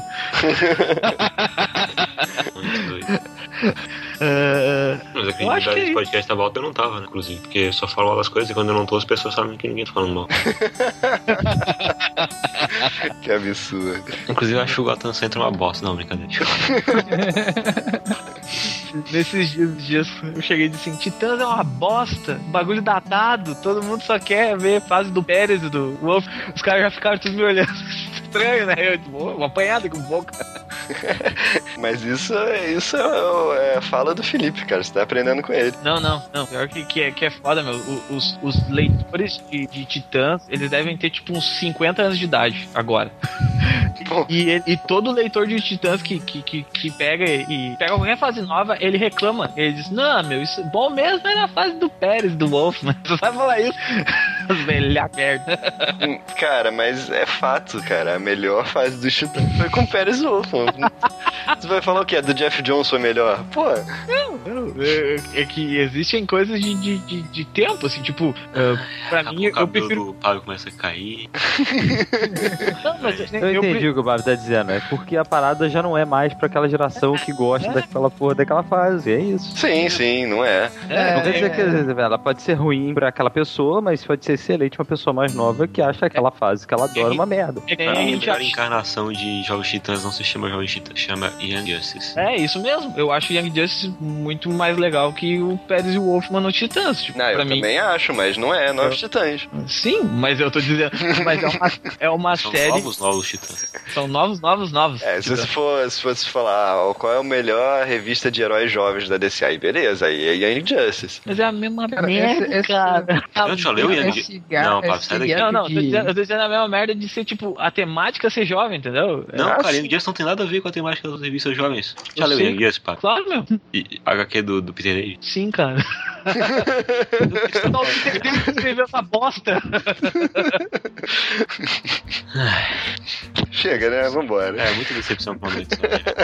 Muito doido. Uh, Mas a Eu acho credibilidade que- desse podcast tava alta, eu não tava, né? Inclusive, porque eu só falo mal das coisas e quando eu não tô, as pessoas sabem que ninguém tá falando mal. Que absurdo. Inclusive, eu acho o Gotham Central uma bosta. Não, brincadeira. nesses dias, dias eu cheguei de assim, Titãs é uma bosta, bagulho datado, todo mundo só quer ver a fase do Pérez e do Wolf. Os caras já ficaram todos me olhando estranho, né? Eu, tipo, uma apanhada com boca. Mas isso, isso é, é fala do Felipe, cara. Você tá aprendendo com ele. Não, não, não. Pior que, que, é, que é foda, meu. O- Os, os leitores de, de Titãs, eles devem ter tipo uns cinquenta anos de idade agora. Pô. E, ele- e todo leitor de Titãs que, que, que, que pega e pega qualquer fase nova, ele reclama. Ele diz, não, meu, isso bom mesmo é na fase do Pérez, do Wolf, mas tu sabe falar isso. Velha merda. Cara, mas é fato, cara. A melhor fase do Titãs foi com o Pérez Wolfman. Você vai falar o quê? Do Jeff Jones foi melhor? Pô. Não, não. É, é que existem coisas de, de, de, de tempo, assim, tipo, uh, pra mim, eu prefiro... O Pablo começa a cair. Não, mas eu, eu entendi pre... o que o Bob tá dizendo. É porque a parada já não é mais pra aquela geração que gosta daquela porra daquela fase. É isso. Sim, sim, não é. É, não quer dizer é, que ela pode ser ruim pra aquela pessoa, mas pode ser excelente uma pessoa mais nova que acha aquela fase que ela adora uma merda. É que Pra a mim, a gente melhor acha... encarnação de Jovens Titãs não se chama Jovens Titãs, chama Young Justice. É, isso mesmo. Eu acho o Young Justice muito mais legal que o Pérez e o Wolfman no Titãs. Tipo, não, eu pra mim... também acho, mas não é Novos eu... Titãs. Sim, mas eu tô dizendo... Mas é uma, é uma São série... São novos, novos Titãs. São novos, novos, novos. É, se você for, se fosse falar ah, qual é a melhor revista de heróis jovens da D C, aí beleza, aí é Young Justice. Mas é a mesma Cara, merda, esse- esse- cara. Eu já leu o Young Esse ga- Não, Pablo, esse sai daqui. gap Não, não, de- tô dizendo, eu tô dizendo a mesma merda de ser, tipo, a temática ser jovem, entendeu? Não, É cara, assim. Young Justice não tem nada a ver com a temática das revistas jovens. Já Eu leu sei. Young Justice, Pablo? Claro, meu. E H Q do, do Peter David? Sim, cara. Não entendeu que escreveu essa bosta. Chega, né? Vambora. É, muita decepção com a noite.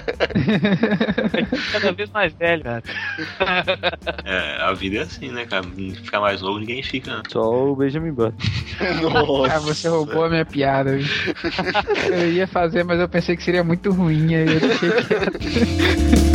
Cada vez mais velho, cara. É, a vida é assim, né, cara? Ficar mais novo, ninguém fica. Né? Só o Benjamin Button. Nossa. Ah, você roubou a minha piada. viu? Eu ia fazer, mas eu pensei que seria muito ruim, aí eu deixei quieto.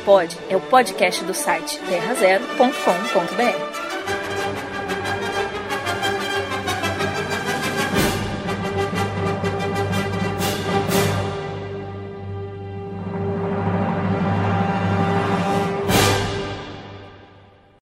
Pod é o podcast do site terra zero ponto com ponto b r.